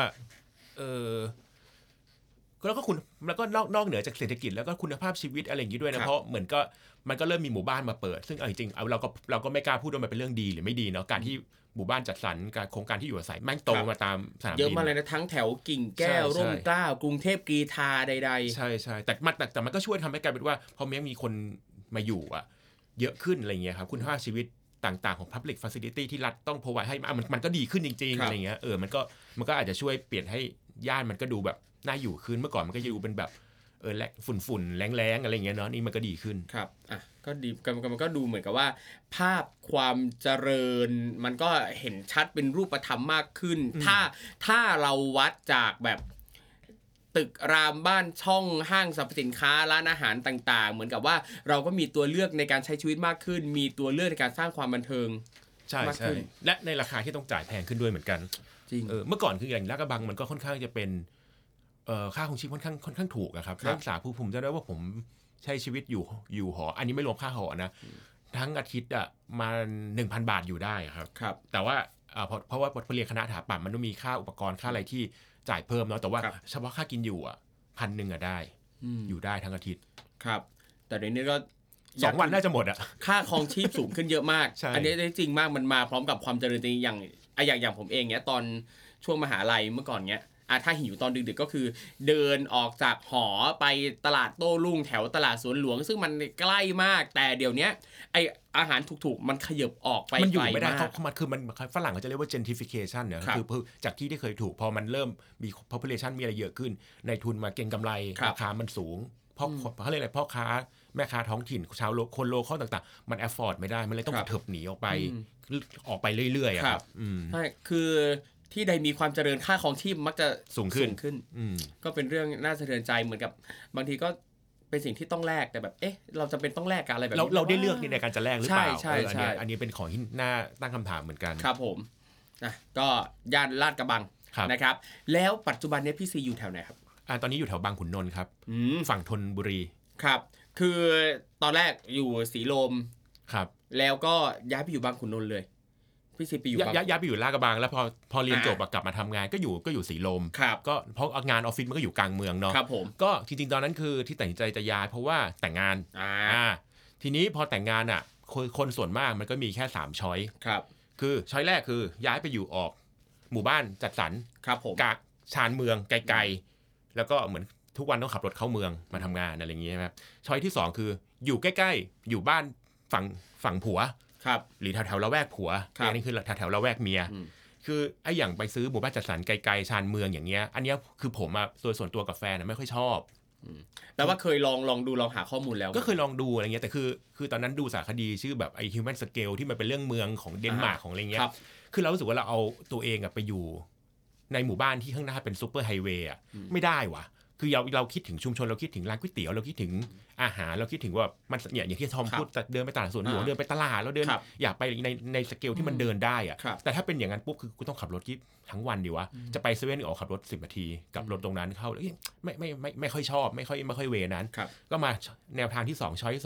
B: แล้วก็นอกเหนือจากเศรษฐกิจแล้วก็คุณภาพชีวิตอะไรอย่างนี้ด้วยนะเพราะเหมือนก็มันก็เริ่มมีหมู่บ้านมาเปิดซึ่งจริงๆเราก็ไม่กล้าพูดว่ามันเป็นเรื่องดีหรือไม่ดีเนาะการที่หมู่บ้านจัดสรรการโครงการที่อยู่อาศัยแม่งโตมาตามสนามบิน
A: เยอะมากเลยนะทั้งแถวกิ่งแก้วร่มเกล้ากรุงเทพกรีฑาใด
B: ๆใช่แต่มันก็ช่วยทำให้กลายเป็นว่าพอมีคนมาอยู่เยอะขึ้นอะไรเงี้ยครับคุณภาพชีวิตต่างๆของ Public Facility ที่รัฐต้อง provide ให้มันก็ดีขึ้นจริงๆอะไรเงี้ยมันก็อาจจะช่วยเปลี่ยนให้ย่านมันก็ดูแบบน่าอยู่ขึ้นเมื่อก่อนมันก็อยู่เป็นแบบฝุ่นแรงๆอะไรเงี้ยเนาะนี่มันก็ดีขึ้น
A: ครับก็ดีมันก็ดูเหมือนกับว่าภาพความเจริญมันก็เห็นชัดเป็นรูปธรรมมากขึ้นถ้าเราวัดจากแบบตึกรามบ้านช่องห้างสรรพสินค้าร้านอาหารต่างๆเหมือนกับว่าเราก็มีตัวเลือกในการใช้ชีวิตมากขึ้นมีตัวเลือกในการสร้างความบันเทิง
B: มากขึ้นและในราคาที่ต้องจ่ายแพงขึ้นด้วยเหมือนกัน
A: จริง
B: เมื่อก่อนคืออย่างลาดกระบังมันก็ค่อนข้างจะเป็นค่าครองชีพค่อนข้างถูกครับนักศึกษาผมจะได้ว่าผมใช้ชีวิตอยู่หออันนี้ไม่รวมค่าหอนะทั้งอาทิตย์มา 1,000 บาทอยู่ได้ครับแต่ว่าเพราะว่าพอเรียนคณะสถาปัตย์มันต้องมีค่าอุปกรณ์ค่าอะไรที่จ่ายเพิ่มเนาะแต่ว่าเฉพาะค่ากินอยู่1,000ได้อยู่ได้ทั้งอาทิตย์
A: ครับแต่เดี๋ยวนี้ก็
B: 2 วันน่าจะหมด
A: ค่าครองชีพสูงขึ้นเยอะมากอันนี้จริงมากมันมาพร้อมกับความเจริญจริงอย่างผมเองเนี้ยตอนช่วงมหาลัยเมื่อก่อนเนี้ยถ้าหิวตอนดึกๆก็คือเดินออกจากหอไปตลาดโต้รุ่งแถวตลาดสวนหลวงซึ่งมันใกล้มากแต่เดี๋ยวนี้ไออาหารถูกๆมันขยับออกไป
B: มันอยู่ไม่ได้มันฝรั่งเขาจะเรียกว่า gentrification เนี่ยคือจากที่เคยถูกพอมันเริ่มมี population มีอะไรเยอะขึ้นในทุนมาเก็งกำไรราคามันสูงเพราะเขาเรียกอะไรพ่อค้าแม่ค้าท้องถิ่นชาวคนโลคอลต่างๆมัน afford ไม่ได้มันเลยต้องเถิบหนีออกไปเรื่อยๆ
A: ครับใช่คือที่ใดมีความเจริญค่าครองชีพมักจะสูงขึ้นก็เป็นเรื่องน่าสะเทือนใจเหมือนกับบางทีก็เป็นสิ่งที่ต้องแลกแต่แบบเราจะเป็นต้องแลกกันอะไรแบบนี้
B: เราได้เลือกในการจะแลกหรือเปล่า
A: ใช่
B: อันนี้เป็นของที่น่าตั้งคำถามเหมือนกัน
A: ครับผมก็ย่านลาดกระบังนะครับแล้วปัจจุบันนี้พี่ซีอยู่แถวไหนครับ
B: ตอนนี้อยู่แถวบางขุนนนท์ครับฝั่งธนบุรี
A: ครับคือตอนแรกอยู่สีลม
B: ครับ
A: แล้วก็ย้ายไปอยู่บางขุนนนท์เลยพี่ซีไปอยู่
B: ย้ายไปอยู่ลาดกระบังแล้วพอเรียนจบกลับมาทำงานก็อยู่สีลมก็เพราะงานออฟฟิศมันก็อยู่กลางเมืองเนาะก็จริงๆตอนนั้นคือที่ตัดสินใจจะย้ายเพราะว่าแต่งงานทีนี้พอแต่งงานคนส่วนมากมันก็มีแค่3ช้อยคือช้อยแรกคือย้ายไปอยู่ออกหมู่บ้านจัดสรรกะชานเมืองไกลๆแล้วก็เหมือนทุกวันต้องขับรถเข้าเมืองมาทำงานอะไรอย่างเงี้ยครับช้อยที่2คืออยู่ใกล้ๆอยู่บ้านฝั่งผัวหรือแถวๆละแวกผัวอันนี้คือแถวๆละแวกเมียคือไอ้อย่างไปซื้อหมู่บ้านจัดสรรไกลๆชานเมืองอย่างเงี้ยอันนี้คือผมตัวส่วนตัวกับแฟนไม่ค่อยชอบ
A: แต่ว่าเคยลองหาข้อมูลแล้ว
B: ก็เคยลองดูอะไรเงี้ยแต่คือตอนนั้นดูสารคดีชื่อแบบไอ้ Human Scale ที่มันเป็นเรื่องเมืองของเดนมาร์กของอะไรเงี้ยคือเรารู้สึกว่าเราเอาตัวเองไปอยู่ในหมู่บ้านที่ข้างหน้าเป็นซุปเปอร์ไฮเวย์ไม่ได้ว่ะคือเราคิดถึงชุมชนเราคิดถึงร้านก๋วยเตี๋ยวเราคิดถึงอาหารเราคิดถึงว่ามันเนี่ยอย่างที่ทอมพูดเดินไปตลาดสวนหลวงเดินไปตลาดแล้วเดินอยากไปในสเกลที่มันเดินได้แต่ถ้าเป็นอย่างนั้นปุ๊บคือกูต้องขับรถที่ทั้งวันดีวะจะไปเซเว่นออกขับรถ10 นาทีกับรถตรงนั้นเข้าไม่ค่อยชอบไม่ค่อยเวนั้นก็มาแนวทางที่2ช้อยที่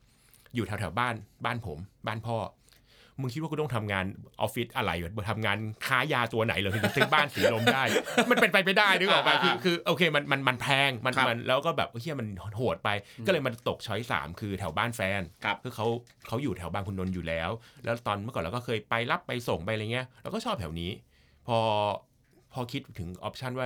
B: 2อยู่แถวๆบ้านผมบ้านพ่อมึงคิดว่ากูต้องทำงานออฟฟิศอะไรแบบทำงานค้ายาตัวไหนเลยถึงจะซื้อบ้านสีลมได้ มันเป็นไปไม่ได้นึกออกป่ะคือโอเคมันแพงมันแล้วก็แบบเฮียมันโหดไปก็เลยมันตกช้อย3คือแถวบ้านแฟนคือเขาอยู่แถวบางขุนนนท์อยู่แล้วตอนเมื่อก่อนเราก็เคยไปรับไปส่งไปอะไรเงี้ยเราก็ชอบแถวนี้พอคิดถึงออปชันว่า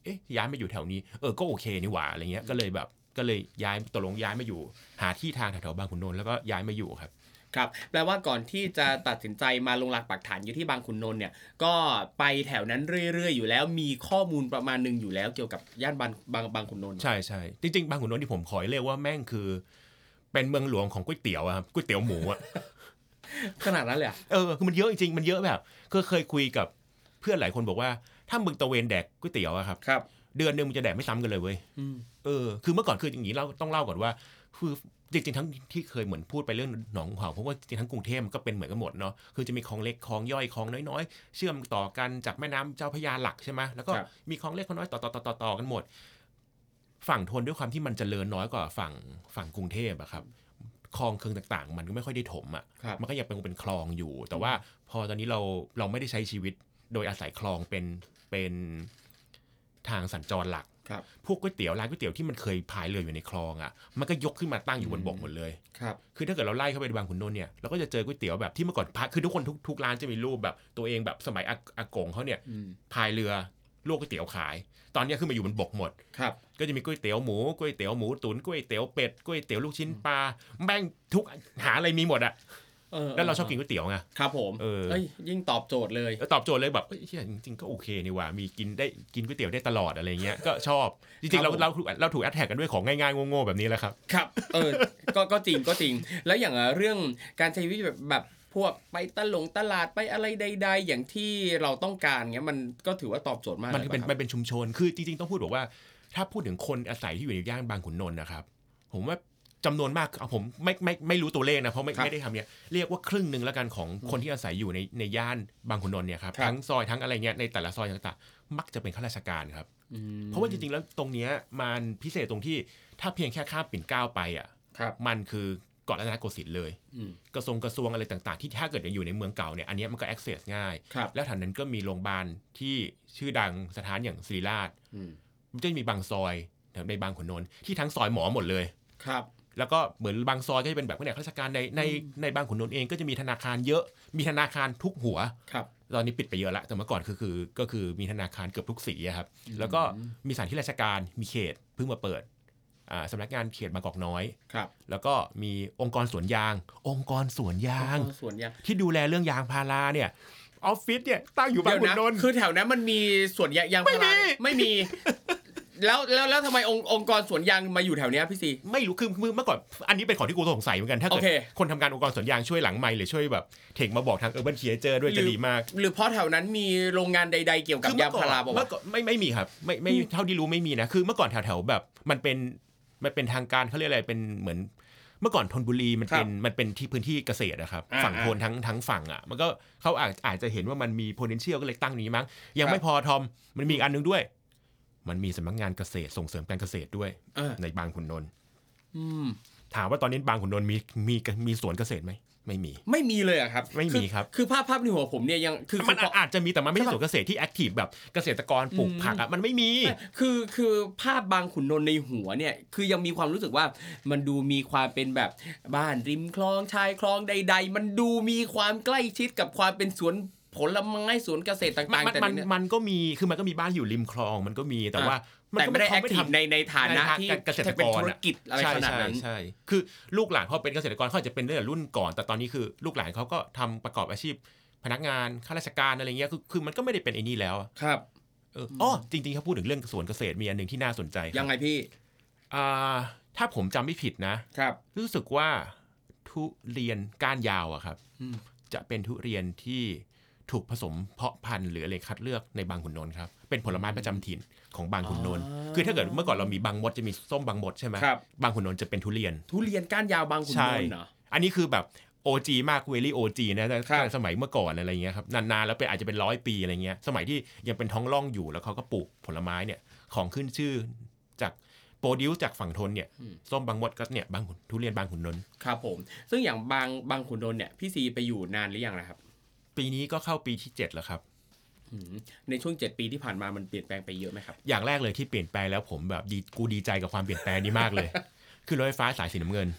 B: ย้ายมาอยู่แถวนี้ก็โอเคนี่หว่าอะไรเงี้ยก็เลยย้ายตกลงย้ายมาอยู่หาที่ทางแถวๆบางขุนนนท์แล้วก็ย้ายมาอยู่ครับ
A: ครับแปลว่าก่อนที่จะตัดสินใจมาลงหลักปักฐานอยู่ที่บางขุนนนท์เนี่ยก็ไปแถวนั้นเรื่อยๆอยู่แล้วมีข้อมูลประมาณนึงอยู่แล้วเกี่ยวกับย่านบางขุนนนท์
B: ใช่ๆจริงๆบางขุนนนท์ที่ผมขอเรียกว่าแม่งคือเป็นเมืองหลวงของก๋วยเตี๋ยวครับก๋วยเตี๋ยวหมู
A: ขนาดนั้นเลย
B: คือมันเยอะจริงๆมันเยอะแบบก็เคยคุยกับเพื่อนหลายคนบอกว่าถ้ามึงตะเวนแดกก๋วยเตี๋ยวครับเดือนนึงมึงจะแดกไม่ซ้ำกันเลยเว้ยคือเมื่อก่อนคืออย่างนี้เราต้องเล่าก่อนว่าคือจริงๆทั้งที่เคยเหมือนพูดไปเรื่องหนองหาวเพราะว่าจริงๆทั้งกรุงเทพมันก็เป็นเหมือนกันหมดเนาะคือจะมีคลองเล็กคลองย่อยคลองน้อยๆเชื่อมต่อกันจากแม่น้ำเจ้าพระยาหลักใช่ไหมแล้วก็มีคลองเล็กคลองน้อยต่อกันหมดฝั่งทนด้วยความที่มันเจริญน้อยกว่าฝั่งกรุงเทพอะครับคลองเคืองต่างๆมันก็ไม่ค่อยได้ถมอะมันก็ยังเป็นคลองอยู่แต่ว่าพอตอนนี้เราไม่ได้ใช้ชีวิตโดยอาศัยคลองเป็นทางสัญจรหลักพวกก๋วยเตี๋ยวร้านก๋วยเตี๋ยวที่มันเคยพายเรืออยู่ในคลองอ่ะมันก็ยกขึ้นมาตั้งอยู่บนบกหมดเลยคือถ้าเกิดเราไล่เข้าไปในบางขุนนนท์เนี่ยเราก็จะเจอก๋วยเตี๋ยวแบบที่เมื่อก่อนคือทุกคนทุกร้านจะมีรูปแบบตัวเองแบบสมัยอากงเขาเนี่ยพายเรือลวกก๋วยเตี๋ยวขายตอนนี้ขึ้นมาอยู่บนบกหมดก็จะมีก๋วยเตี๋ยวหมูก๋วยเตี๋ยวหมูตุ๋นก๋วยเตี๋ยวเป็ดก๋วยเตี๋ยวลูกชิ้นปลาแม่งทุกหาอะไรมีหมดอ่ะแล้วเราชอบกินก๋วยเตี๋ยวไง
A: ครับผมยิ่งตอบโจทย์เลย
B: ตอบโจทย์เลยแบบจริงๆก็โอเคนี่ว่ามีกินก๋วยเตี๋ยวได้ตลอดอะไรเงี้ยก็ชอบจริงๆเราถูกแอดแท็กกันด้วยของง่ายๆโง่ๆแบบนี้แหละครับ
A: ครับก็จริงแล้วอย่างเรื่องการใช้ชีวิตแบบพวกไปตลาดไปอะไรใดๆอย่างที่เราต้องการเงี้ยมันก็ถือว่าตอบโจทย์มาก
B: มันเป็นชุมชนคือจริงๆต้องพูดบอกว่าถ้าพูดถึงคนอาศัยที่อยู่ในย่านบางขุนนนท์นะครับผมว่าจำนวนมากผมไม่รู้ตัวเลขนะเพราะไม่ได้ทำเนี่ยเรียกว่าครึ่งนึงแล้วกันของคนที่อาศัยอยู่ในย่านบางขุนนนท์เนี่ยครับทั้งซอยทั้งอะไรเงี้ยในแต่ละซอยต่างๆมักจะเป็นข้าราชการครับเพราะว่าจริงๆแล้วตรงเนี้ยมันพิเศษตรงที่ถ้าเพียงแค่ข้ามปิ่นเกล้าไปอ่ะมันคือเกาะรัตนโกสินทร์เลยกระทรวงอะไรต่างๆที่ถ้าเกิดยังอยู่ในเมืองเก่าเนี่ยอันนี้มันก็ access ง่ายแล้วแถวนั้นก็มีโรงพยาบาลที่ชื่อดังสถานอย่างศิริราชมันจะมีบางซอยในบางขุนนนท์ที่ทั้งซอยหมอหมดเลยแล้วก็เหมือนบางซอยก็จะเป็นแบบแผนกราชการในบางขุนนนท์เองก็จะมีธนาคารเยอะมีธนาคารทุกหัวตอนนี้ปิดไปเยอะแล้วแต่เมื่อก่อนก็คือมีธนาคารเกือบทุกสีครับแล้วก็มีสถานที่ราชการมีเขตเพิ่งมาเปิดสำนักงานเขตบางกอกน้อยแล้วก็มีองค์กรสวนยางที่ดูแลเรื่องยางพาราเนี่ยออฟฟิศเนี่ยตั้งอยู่บางขุนนนท์
A: คือแถวนั้นมันมีสวนยางพาราไม่มีแล้วทำไมองค์กรสวนยางมาอยู่แถวเนี้ยพี่ซี
B: ไม่รู้คือเมื่อก่อนอันนี้เป็นของที่กูสงสัยเหมือนกันถ้าเกิดคนทำการองค์กรสวนยางช่วยหลังไมค์หรือช่วยแบบเทคมาบอกทาง Urban Creator ด้วยจะดีมาก
A: หรือเพราะแถวนั้นมีโรงงานใดๆเกี่ยวกับยางพาราบ่
B: ไม่มีครับไม่เท่าที่รู้ไม่มีนะคือเมื่อก่อนแถวๆแบบมันเป็นทางการเขาเรียกอะไรเป็นเหมือนเมื่อก่อนธนบุรีมันเป็นที่พื้นที่เกษตรนะครับฝั่งโทนทั้งฝั่งอ่ะมันก็เขาอาจจะเห็นว่ามันมี potential ก็เลยตั้งนี้มั้งยังไม่พอทอมมันมีอีกอันนึงด้วยมันมีสำนักงานเกษตรส่งเสริมการเกษตรด้วยในบางขุนนนท์ถามว่าตอนนี้บางขุนนนท์มีสวนเกษตรไหมไม่
A: มีเลยอะครับ
B: ไม่มีครับ
A: คือภาพในหัวผมเนี่ยยังคือ
B: มันอาจจะมีแต่มันไม่ใช่สวนเกษตรที่แอคทีฟแบบเกษตรกรปลูกผักอะมันไม่มี
A: คือภาพบางขุนนนท์ในหัวเนี่ยคือยังมีความรู้สึกว่ามันดูมีความเป็นแบบบ้านริมคลองชายคลองใดๆมันดูมีความใกล้ชิดกับความเป็นสวนผลไม้สวนเกษตรต่างๆแต่
B: มันก็มีคือมันก็มีบ้านอยู่ริมคลองมันก็มีแต่ว่า
A: แต่ไม่ได้แอคทีฟในฐานะที่
B: เกษตรกร
A: เป็นธุรกิจอะไรขนาดนั้น
B: ใช่คือลูกหลานพอเป็นเกษตรกรเขาจะเป็นตั้งแต่รุ่นก่อนแต่ตอนนี้คือลูกหลานเขาก็ทำประกอบอาชีพพนักงานข้าราชการอะไรเงี้ยคือมันก็ไม่ได้เป็นไอ้นี่แล้ว
A: ครับ
B: จริงๆเขาพูดถึงเรื่องสวนเกษตรมีอันนึงที่น่าสนใจ
A: ยังไงพี่
B: ถ้าผมจำไม่ผิดนะครับรู้สึกว่าทุเรียนก้านยาวอะครับจะเป็นทุเรียนที่ถูกผสมเพาะพันธุ์หรืออะไรคัดเลือกในบางขุนนนท์ครับเป็นผลไม้ประจำถิ่นของบางขุนนนท์คือถ้าเกิดเมื่อก่อนเรามีบางมดจะมีส้มบางมดใช่ไหมบางขุนนนท์จะเป็นทุเรียน
A: ก้านยาวบางขุนนนท์เหรอ
B: อันนี้คือแบบ OG มากเวลี่ OG นะตั้งสมัยเมื่อก่อนอะไรเงี้ยครับนานๆแล้วอาจจะเป็น100 ปีอะไรเงี้ยสมัยที่ยังเป็นท้องร่องอยู่แล้วเขาก็ปลูกผลไม้เนี่ยของขึ้นชื่อจากโปรดิวซ์จากฝั่งทนเนี่ยส้มบางมดก็เนี่ยทุเรียนบางขุนนนท์
A: ครับผมซึ่งอย่างบางขุนนนท์เนี่ยพี่ซีไปอยู่นานหรือยังนะครับ
B: ปีนี้ก็เข้าปีที่7แล้วครับ
A: ในช่วง7ปีที่ผ่านมามันเปลี่ยนแปลงไปเยอะไหมครับ
B: อย่างแรกเลยที่เปลี่ยนแปลงแล้วผมแบบกูดีใจกับความเปลี่ยนแปลงนี้มากเลย คือรถไฟฟ้าสายสีน้ำเงิน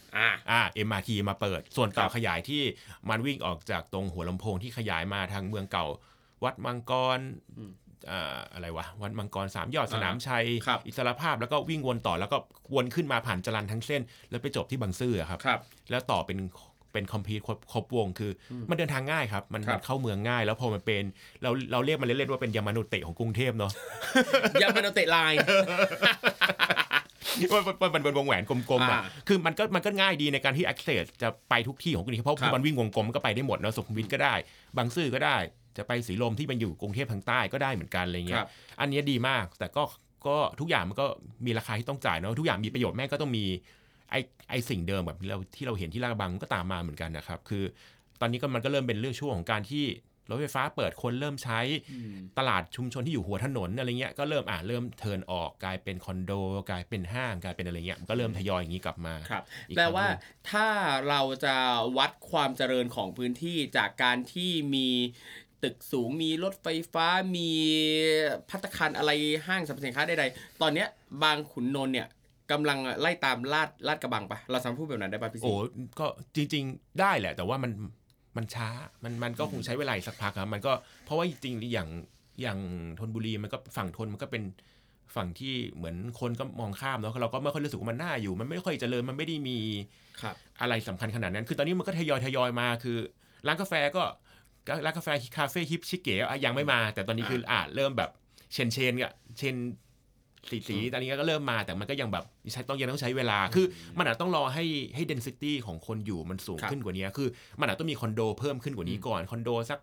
B: MRT มาเปิดส่วนต่อขยายที่มันวิ่งออกจากตรงหัวลำโพงที่ขยายมาทางเมืองเก่าวัดมังกรอะไรวะวัดมังกร3 ยอดสนามชัย
A: ครับ
B: อิสรภาพแล้วก็วิ่งวนต่อแล้วก็วนขึ้นมาผ่านจรัญทั้งเส้นแล้วไปจบที่บางซื่อครับ
A: ครับ
B: แล้วต่อเป็นคอมพลีทครบวงคือมันเดินทางง่ายครับมันเข้าเมืองง่ายแล้วพอมันเป็นเราเรียกมันเล่นๆว่าเป็นยามาโนเตะของกรุงเทพเนาะ
A: ยามาโนเตะไลน์
B: มันเป็นวงแหวนกลมๆอ่ะคือมันก็ง่ายดีในการที่ access จะไปทุกที่ของกรุงเทพเพราะมันวิ่งวงกลมก็ไปได้หมดเนาะสุขุมวิทก็ได้บางซื่อก็ได้จะไปสีลมที่มันอยู่กรุงเทพทางใต้ก็ได้เหมือนกันอะไรเงี้ยอันนี้ดีมากแต่ก็ทุกอย่างมันก็มีราคาที่ต้องจ่ายเนาะทุกอย่างมีประโยชน์แม่ก็ต้องมีไอสิ่งเดิมแบบที่เราเห็นที่ลาดกระบังก็ตามมาเหมือนกันนะครับคือตอนนี้มันก็เริ่มเป็นเรื่องช่วงของการที่รถไฟฟ้าเปิดคนเริ่มใช้ตลาดชุมชนที่อยู่หัวถนนอะไรเงี้ยก็เริ่มเทิร์นออกกลายเป็นคอนโดกลายเป็นห้างกลายเป็นอะไรเงี้ยมันก็เริ่มทยอยอย่างนี้กลับมา
A: ครับแปลว่าถ้าเราจะวัดความเจริญของพื้นที่จากการที่มีตึกสูงมีรถไฟฟ้ามีภัตตาคารอะไรห้างสรรพสินค้าใดๆตอนเนี้ยบางขุนนนท์เนี่ยกำลังไล่ตามลาดกระบังปะเราสามารถพูดแบบนั้นได้ปะพี่สิ
B: ก็จริงๆได้แหละแต่ว่ามันช้ามันก็คงใช้เวลาสักพักครับมันก็เพราะว่าจริงๆอย่างธนบุรีมันก็ฝั่งธนมันก็เป็นฝั่งที่เหมือนคนก็มองข้ามเนาะเราก็ไม่ค่อยรู้สึกว่ามันน่าอยู่มันไม่ค่อยเจริญมันไม่ได้มีอะไรสำคัญขนาดนั้นคือตอนนี้มันก็ทยอยมาคือร้านกาแฟคาเฟ่ฮิปชิเก๋ยังไม่มาแต่ตอนนี้คือเริ่มแบบเชนสีตอนนี้ก็เริ่มมาแต่มันก็ยังแบบยังต้องใช้เวลาคือมันอาจต้องรอให้ density ของคนอยู่มันสูงขึ้นกว่านี้คือมันอาจต้องมีคอนโดเพิ่มขึ้นกว่านี้ก่อนคอนโดสัก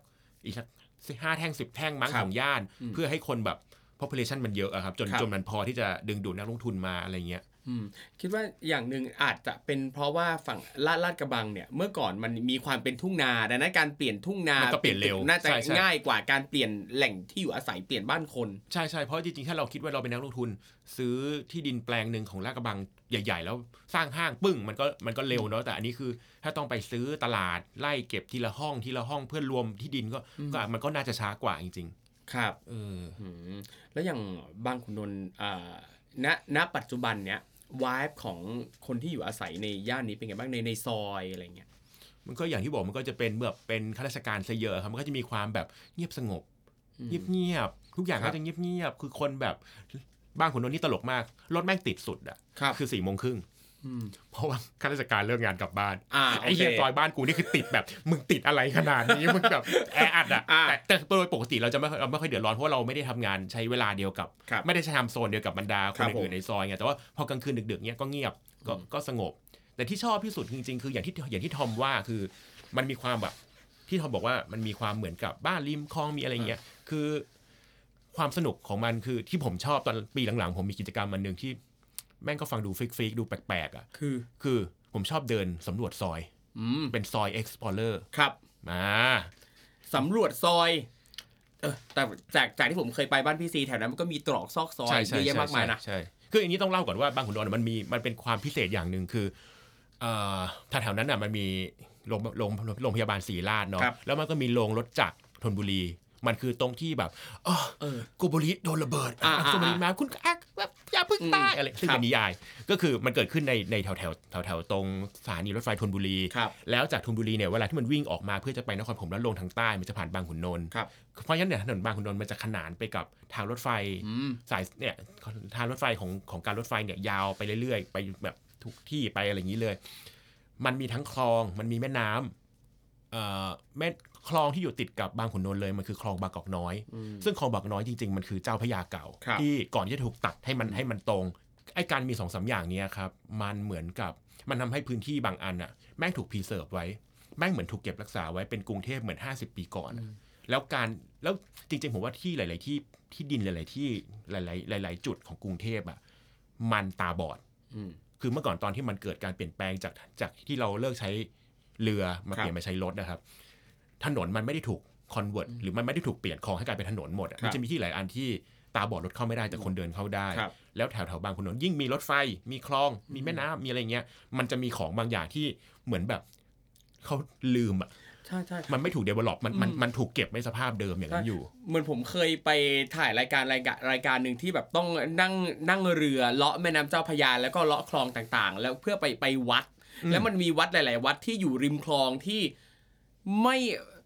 B: 5 แท่ง 10 แท่งมั้งของย่านเพื่อให้คนแบบ population มันเยอะอะครับจนมันพอที่จะดึงดูดนักลงทุนมาอะไรเงี้ย
A: คิดว่าอย่างหนึ่งอาจจะเป็นเพราะว่าฝั่งลาดกระบังเนี่ยเมื่อก่อนมันมีความเป็นทุ่งนาดังนั้นการเปลี่ยนทุ่งนา
B: ก็เปลี่ยนเร็ว
A: น่าจะง่ายกว่าการเปลี่ยนแหล่งที่อยู่อาศัยเปลี่ยนบ้านคน
B: ใช่เพราะจริงๆถ้าเราคิดว่าเราเป็นนักลงทุนซื้อที่ดินแปลงนึงของลาดกระบังใหญ่ๆแล้วสร้างห้างปึ้งมันก็เร็วเนาะแต่อันนี้คือถ้าต้องไปซื้อตลาดไล่เก็บทีละห้องเพื่อรวมที่ดินก็มันก็น่าจะช้ากว่าจริง
A: ๆครับแล้วอย่างบางขุนนนท์ณปัจจุบันเนี้ยวายของคนที่อยู่อาศัยในย่านนี้เป็นไงบ้างในซอยอะไรเงี้ย
B: มันก็อย่างที่บอกมันก็จะเป็นแบบเป็นข้าราชการซะเยอะครับมันก็จะมีความแบบเงียบสงบเงียบทุกอย่างก็จะเงียบคือคนแบบบ้านขุนนนท์นี่ตลกมากรถแม่งติดสุดอ่ะคือ 4:30 น.เพราะว่าข้าราชการเลิกงานกลับบ้านไอ้เหี้ยซอยบ้านกูนี่คือติดแบบมึงติดอะไรขนาดนี้มึงแบบแออัดอ่ะแต่โดยปกติเราไม่ค่อยเดือดร้อนเพราะเราไม่ได้ทำงานใช้เวลาเดียวกับไม่ได้ทำโซนเดียวกับบรรดาคนอื่นในซอยไงแต่ว่าพอกลางคืนดึกๆเนี้ยก็เงียบก็สงบแต่ที่ชอบที่สุดจริงๆคืออย่างที่ทอมว่าคือมันมีความแบบที่ทอมบอกว่ามันมีความเหมือนกับบ้านริมคลองมีอะไรเงี้ยคือความสนุกของมันคือที่ผมชอบตอนปีหลังๆผมมีกิจกรรมมันนึงที่แม่งก็ฟังดูฟิกดูแปลกๆอ่ะคือผมชอบเดินสำรวจซอยเป็นซอย Explorer
A: ครับสำรวจซอยแต่จากที่ผมเคยไปบ้านพี่ซีแถวนั้นมันก็มีตรอกซอกซอยเยอะแยะมากมายนะ
B: ใช่คืออันนี้ต้องเล่าก่อนว่าบางขุนนนท์มันเป็นความพิเศษอย่างนึงคือแถวนั้นน่ะมันมีโรงพยาบาลศรีราชเนาะแล้วมันก็มีโรงรถจักรธนบุรีมันคือตรงที่แบบโกโบริโดนระเบิดโกโบริมาคุณแบบอย่าพึ่งตายอะไรซึ่งเป็นนิยายก็คือมันเกิดขึ้นในแถวตรงสถานีรถไฟธนบุรีแล้วจากธนบุรีเนี่ยเวลาที่มันวิ่งออกมาเพื่อจะไปนครปฐมแล้วลงทางใต้มันจะผ่านบางขุนนนท์เพราะฉะนั้นเนี่ยถนนบางขุนนนท์มันจะขนานไปกับทางรถไฟสายเนี่ยทางรถไฟของการรถไฟเนี่ยยาวไปเรื่อยๆไปแบบทุกที่ไปอะไรอย่างนี้เลยมันมีทั้งคลองมันมีแม่น้ำแม่คลองที่อยู่ติดกับบางขุนนนท์เลยมันคือคลองบางกอกน้อยซึ่งคลองบางกอกน้อยจริงๆมันคือเจ้าพระยาเก่าที่ก่อนที่จะถูกตัดให้มันตรงไอ้การมี 2-3 อย่างนี้ครับมันเหมือนกับมันทำให้พื้นที่บางอันอ่ะแม่งถูกพรีเซิร์ฟไว้แม่งเหมือนถูกเก็บรักษาไว้เป็นกรุงเทพเหมือน50 ปีก่อนแล้วจริงๆผมว่าที่หลายๆที่ดินหลายๆที่หลายๆจุดของกรุงเทพอ่ะมันตาบอดคือเมื่อก่อนตอนที่มันเกิดการเปลี่ยนแปลงจากที่เราเลิกใช้เรือมาเปลี่ยนมาใช้รถนะครับถนนมันไม่ได้ถูกคอนเวิร์ตหรือมันไม่ได้ถูกเปลี่ยนคลองให้กลายเป็นถนนหมดมันจะมีที่หลายอันที่ตาบอดรถเข้าไม่ได้แต่คนเดินเข้าได้แล้วแถวบางขุนนนท์ยิ่งมีรถไฟมีคลองมีแม่น้ำมีอะไรเงี้ยมันจะมีของบางอย่างที่เหมือนแบบเขาลืมอ่ะ
A: ใช่
B: มันไม่ถูก develop มันถูกเก็บในสภาพเดิมอย่างนั้นอยู่
A: เหมือนผมเคยไปถ่ายรายการนึงที่แบบต้องนั่งเรือเลาะแม่น้ำเจ้าพระยาแล้วก็เลาะคลองต่างๆแล้วเพื่อไปวัดแล้วมันมีวัดหลายๆวัดที่อยู่ริมคลองที่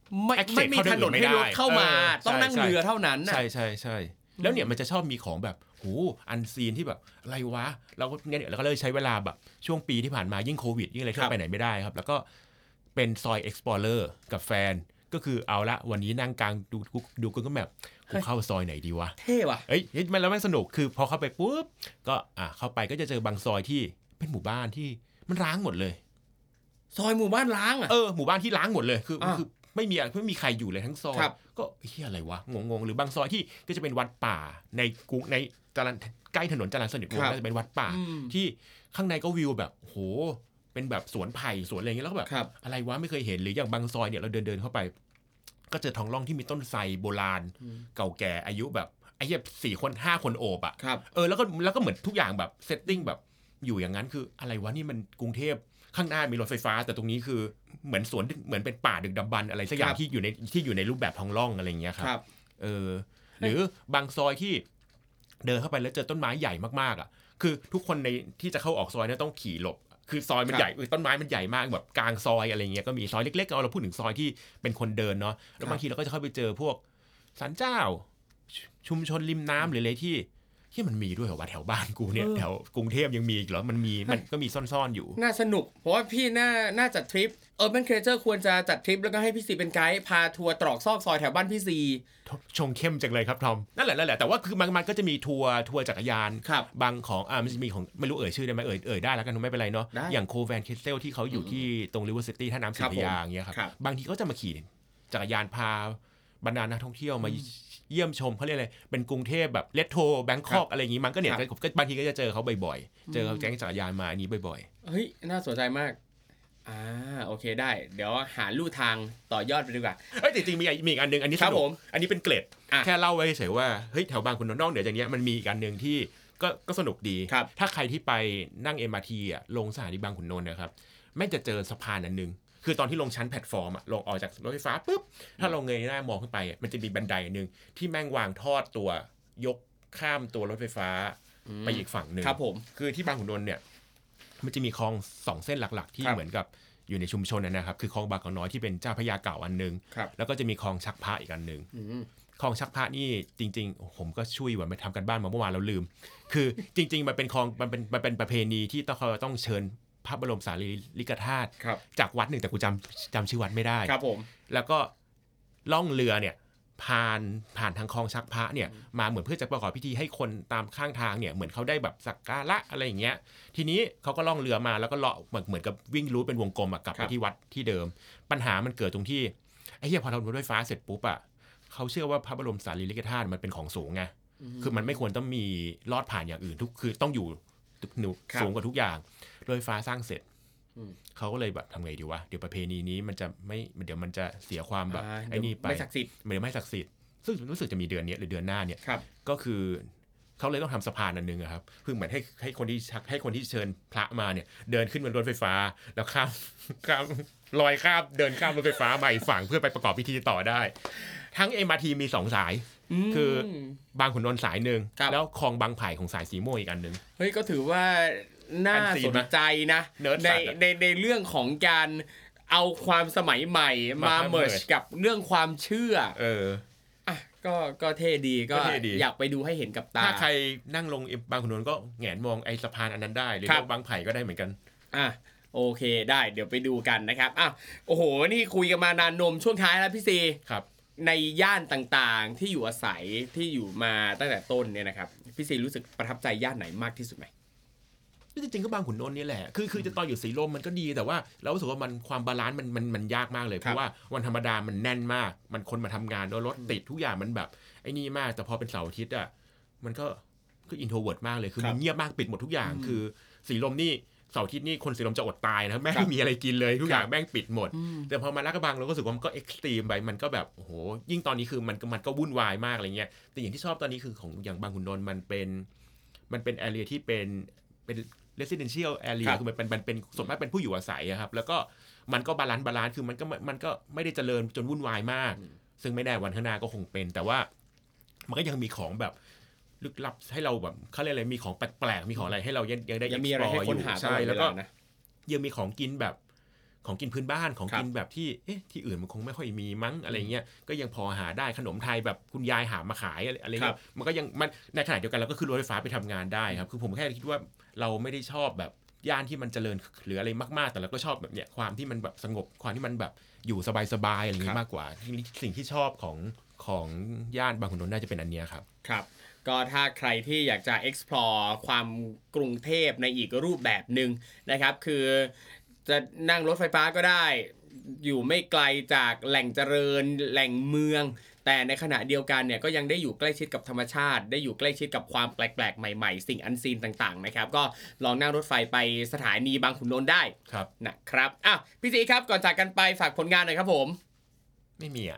A: ไม่มีถนนให้รถเข้ามาต้องนั่งเรือเท่านั้นน่ะ
B: ใช่แล้วเนี่ยมันจะชอบมีของแบบโหอันซีนที่แบบอะไรวะเราก็เนี่ยเราก็เลยใช้เวลาแบบช่วงปีที่ผ่านมายิ่งโควิดยิ่งอะไรที่ไปไหนไม่ได้ครับแล้วก็เป็นซอย Explorer กับแฟนก็คือเอาละวันนี้นั่งกลางดูก็แบบกูเข้าซอยไหนดีวะ
A: เท่ว่ะ
B: มันแล้วมันสนุกคือพอเข้าไปปุ๊บก็เข้าไปก็จะเจอบางซอยที่เป็นหมู่บ้านที่มันร้างหมดเลย
A: ซอยหมู่บ้านร้าง
B: หมู่บ้านที่ร้างหมดเลยคือไม่มีใครอยู่เลยทั้งซอยก็เฮียอะไรวะงงหรือบางซอยที่ก็จะเป็นวัดป่าในกรุงในจรัญใกล้ถนนจรัญสนิทวงศ์ก็จะเป็นวัดป่าที่ข้างในก็วิวแบบโหเป็นแบบสวนไผ่สวนอะไรอย่างเงี้ยแล้วก็แบบอะไรวะไม่เคยเห็นหรืออย่างบางซอยเนี่ยเราเดินเข้าไปก็เจอท้องร่องที่มีต้นไทรโบราณเก่าแก่อายุแบบไอ้เหี้ย4 คน5 คนโอบอ่ะแล้วก็เหมือนทุกอย่างแบบเซตติ้งแบบอยู่อย่างนั้นคืออะไรวะนี่มันกรุงเทพข้างหน้ามีรถไฟฟ้าแต่ตรงนี้คือเหมือนสวนเหมือนเป็นป่าดึกดำบรรพ์อะไรสักอย่างที่อยู่ในรูปแบบท้องร่องอะไรอย่างเงี้ยครับหรือบางซอยที่เดินเข้าไปแล้วเจอต้นไม้ใหญ่มากๆอ่ะคือทุกคนในที่จะเข้าออกซอยเนี่ยต้องขี่หลบคือซอยมันใหญ่ต้นไม้มันใหญ่มากแบบกลางซอยอะไรเงี้ยก็มีซอยเล็กๆเราพูดถึงซอยที่เป็นคนเดินเนาะแล้วบางทีเราก็จะเข้าไปเจอพวกศาลเจ้าชุมชนริมน้ำหรืออะไรที่มันมีด้วยเหรอวะแถวบ้านกูเนี่ยแถวกรุงเทพยังมีอีกเหรอมันก็มีซ่อนๆอยู่
A: น่าสนุกเพราะว่าพี่น่าจัดทริปUrban Creature ควรจะจัดทริปแล้วก็ให้พี่ซีเป็นไกด์พาทัวร์ตรอกซอกซอยแถวบ้านพี่ซี
B: ชงเข้มจังเลยครับทอมนั่นแหละแต่ว่าคือมันก็จะมีทัวร์จักรยานบางของมันจะมีของไม่รู้ชื่อได้ไหมได้แล้วกันไม่เป็นไรเนาะอย่างโคแวนเคสเซลที่เขาอยู่ที่ตรงริเวอร์ซิตี้ท่าน้ำศรีพระยาอย่างเงี้ยครับบางทีก็จะมาขี่จักรยานพาบรรดานักท่องเที่ยวมาเยี่ยมชมเขาเรียกอะไรเป็นกรุงเทพแบบเลตโทแบงคอกอะไรอย่างงี้มันก็เนี่ยบางทีก็จะเจอเขาบ่อยๆเจอแก๊งจักรยานมาอันนี้บ่อย
A: ๆเฮ้ยน่าสนใจมากโอเคได้เดี๋ยวหาลู่ทางต่อยอดไปดีกว่า
B: จริงๆมีอีกอันนึงอันนี้สนุกอันนี้เป็นเกร็ดแค่เล่าไว้เฉยว่าเฮ้ยแถวบางขุนนนท์นอกเหนือจากนี้มันมีอีกอันนึงที่ก็สนุกดีถ้าใครที่ไปนั่ง MRT ลงสถานีบางขุนนนท์นะครับไม่จะเจอสะพานอันนึงคือตอนที่ลงชั้นแพลตฟอร์มลงออกจากรถไฟฟ้าปุ๊บถ้าเราเงยหน้ามองขึ้นไปมันจะมีบันไดนึงที่แม่งวางทอดตัวยกข้ามตัวรถไฟฟ้าไปอีกฝั่งนึง
A: ครับผม
B: คือที่บางขุนนนท์เนี่ยมันจะมีคลอง2เส้นหลักๆที่เหมือนกับอยู่ในชุมชนนะครับคือคลองบางกอกน้อยที่เป็นเจ้าพระยาเก่าอันนึงแล้วก็จะมีคลองชักพระอีกอันนึงคลองชักพระนี่จริงๆผมก็ช่วยว่าไปทำกันบ้านมาเมื่อวานเราลืมคือจริงๆมันเป็นคลองมันเป็นประเพณีที่ต้องเชิญพระบรมสารีริกธาตุจากวัดหนึ่งแต่กูจำชื่อวัดไม่ได้
A: ครับผม
B: แล้วก็ล่องเรือเนี่ยผ่านทางคลองชักพระเนี่ยมาเหมือนเพื่อจะประกอบพิธีให้คนตามข้างทางเนี่ยเหมือนเขาได้แบบสักการะอะไรอย่างเงี้ยทีนี้เขาก็ล่องเรือมาแล้วก็เลาะเหมือนกับวิ่งรูทเป็นวงกลมกลับไปที่วัดที่เดิมปัญหามันเกิดตรงที่ไอ้เหี้ยพอทำรถไฟฟ้าเสร็จปุ๊บเขาเชื่อว่าพระบรมสารีริกธาตุมันเป็นของสูงไงคือมันไม่ควรต้องมีลอดผ่านอย่างอื่นคือต้องอยู่สูงกว่าทุกอย่างรถไฟฟ้าสร้างเสร็จเขาก็เลยแบบทำไงดีวะเดี๋ยวประเพณีนี้มันจะไม่เดี๋ยวมันจะเสียความแบบไอ้นี่ไป
A: ไม่ศักดิ์สิทธิ์
B: ไม่ศักดิ์สิทธิ์ซึ่งรู้สึกจะมีเดือนนี้หรือเดือนหน้าเนี่ยก็คือเขาเลยต้องทำสะพานอันนึงครับเพื่อเหมือนให้คนที่เชิญพระมาเนี่ยเดินขึ้นบนรถไฟฟ้าแล้วข้ามลอยข้ามเดินข้ามรถไฟฟ้ามาอีกฝั่งเพื่อไปประกอบพิธีต่อได้ทั้ง MRT มี2สายคือบางขุนนนท์สายนึงแล้วคลองบางไผ่ของสายสีม่วงอีกอันนึง
A: เฮ้ยก็ถือว่าน่าสนใจนะในเรื่องของการเอาความสมัยใหม่มาเมิร์จกับเรื่องความเชื่อก็เท่ดีก็อยากไปดูให้เห็นกับตา
B: ถ้าใครนั่งลงบางขุนนนท์ก็แหงนมองไอ้สะพานอันนั้นได้หรือลงบางไผ่ก็ได้เหมือนกัน
A: โอเคได้เดี๋ยวไปดูกันนะครับโอ้โหนี่คุยกันมานานนมช่วงท้ายแล้วพี่ซี
B: ครับ
A: ในย่านต่างๆที่อยู่อาศัยที่อยู่มาตั้งแต่ต้นเนี่ยนะครับพี่ซีรู้สึกประทับใจย่านไหนมากที่สุดไหม
B: จริงๆก็บางขุนนนท์นี่แหละคือจะตอนอยู่สีลมมันก็ดีแต่ว่าเรารู้สึกว่ามันความบาลานซ์มันยากมากเลยเพราะว่าวันธรรมดามันแน่นมากมันคนมาทำงานแล้วรถติดทุกอย่างมันแบบไอ้นี่มากแต่พอเป็นเสาร์อาทิตย์มันก็อินโทรเวิร์ตมากเลยคือมันเงียบมากปิดหมดทุกอย่างคือสีลมนี่เสาร์อาทิตย์นี่คนสีลมจะอดตายนะแม่งไม่มีอะไรกินเลยทุกอย่างแม่งปิดหมดแต่พอมาลาดกระบังเราก็รู้สึกว่ามันก็เอ็กซ์ตรีมไปมันก็แบบโอ้โหยิ่งตอนนี้คือมันก็วุ่นวายมากอะไรเงี้ยแต่อย่างที่ชอบตอนนี้คือของอย่างบางขุนนนท์มันเป็นแอเรียที่เป็นresidential area คือมันเป็นส่วนมากเป็นผู้อยู่อาศัยครับแล้วก็มันก็บาลานซ์คือมันก็ไม่ได้เจริญจนวุ่นวายมากซึ่งไม่แน่วันข้างหน้าก็คงเป็นแต่ว่ามันก็ยังมีของแบบลึกลับให้เราแบบเขาเรียกอะไรมีของแปลกๆมีของอะไรให้เรายังได้
A: มีอะไรให้ค้นหา
B: ใช่แล้วก็ยังมีของกินแบบของกินพื้นบ้านของกินแบบที่ที่อื่นมันคงไม่ค่อยมีมั้งอะไรเงี้ยก็ยังพอหาได้ขนมไทยแบบคุณยายหามาขายอะไรเงี้ยมันก็ยังมันในขณะเดียวกันเราก็ขึ้นรถไฟฟ้าไปทำงานได้ครับคือผมแค่คิดว่าเราไม่ได้ชอบแบบย่านที่มันเจริญหรืออะไรมากๆแต่เราก็ชอบแบบเนี้ยความที่มันแบบสงบความที่มันแบบอยู่สบายๆอะไรอย่างนี้มากกว่าสิ่งที่ชอบของย่านบางขุนนนท์น่าจะเป็นอันเนี้ยครับ
A: ครับก็ถ้าใครที่อยากจะ explore ความกรุงเทพในอีกรูปแบบหนึ่งนะครับคือจะนั่งรถไฟฟ้าก็ได้อยู่ไม่ไกลจากแหล่งเจริญแหล่งเมืองแต่ในขณะเดียวกันเนี่ยก็ยังได้อยู่ใกล้ชิดกับธรรมชาติได้อยู่ใกล้ชิดกับความแปลกๆใหม่ๆสิ่งอันซีนต่างๆนะครับก็ลองนั่งรถไฟไปสถานีบางขุนนนท์ได้นะครับพี่ซีครับก่อนจากกันไปฝากผลงานหน่อยครับผม
B: ไม่มี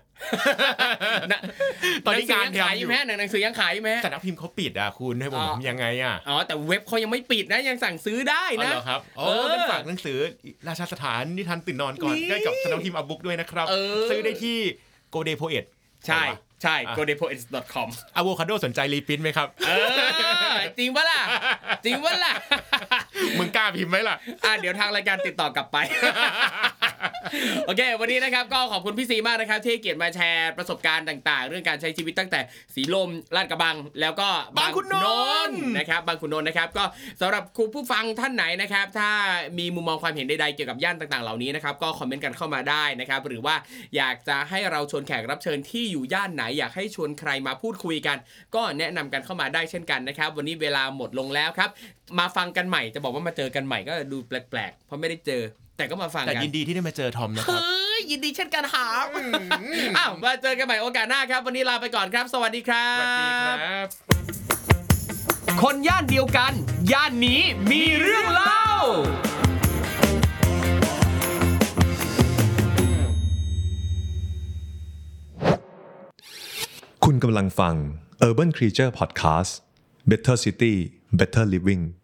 A: ตอนนี้งานขายอยู่ไหมหนังสือยังขายอยู่ไหม
B: สำนักพิมพ์เขาปิดคุณให้ผมยังไง
A: แต่เว็บเขายังไม่ปิดนะยังสั่งซื้อได้นะ
B: เหรอครับเป็นฝากหนังสือราชาสถานนิทานตื่นนอนก่อนใกล้กับสำนักพิมพ์อัพบุ๊กด้วยนะครับซื้อได้ที่ Goday Poet
A: ใช่ godaypoets.com
B: Avocado สนใจรีพรินท์ไหมครับ
A: จริงปะล่ะ
B: มึงกล้าพิมพ์ไหมล่ะ
A: เดี๋ยวทางรายการติดต่อกลับไปโอเควันนี้นะครับก็ขอบคุณพี่ซีมากนะครับที่เกียรติมาแชร์ประสบการณ์ต่างๆเรื่องการใช้ชีวิตตั้งแต่สีลมลาดกระบังแล้วก็
B: บางขุนนนท์
A: นะครับบางขุนนนท์นะครับก็สำหรับคุณผู้ฟังท่านไหนนะครับถ้ามีมุมมองความเห็นใดๆเกี่ยวกับย่านต่างๆเหล่านี้นะครับก็คอมเมนต์กันเข้ามาได้นะครับหรือว่าอยากจะให้เราชวนแขกรับเชิญที่อยู่ย่านไหนอยากให้ชวนใครมาพูดคุยกันก็แนะนำกันเข้ามาได้เช่นกันนะครับวันนี้เวลาหมดลงแล้วครับมาฟังกันใหม่จะบอกว่ามาเจอกันใหม่ก็ดูแปลกๆเพราะไม่ได้เจอแต่ก็มาฟังกัน
B: แต่ยินดีที่ได้มาเจอทอมนะครับ
A: ยินดีเช่นกันครับมาเจอกันใหม่โอกาสหน้าครับวันนี้ลาไปก่อนครับสวัสดีครับ
B: สวัสดีครับ
A: คนย่านเดียวกันย่านนี้มีเรื่องเล่า
C: คุณกำลังฟัง Urban Creature Podcast Better City Better Living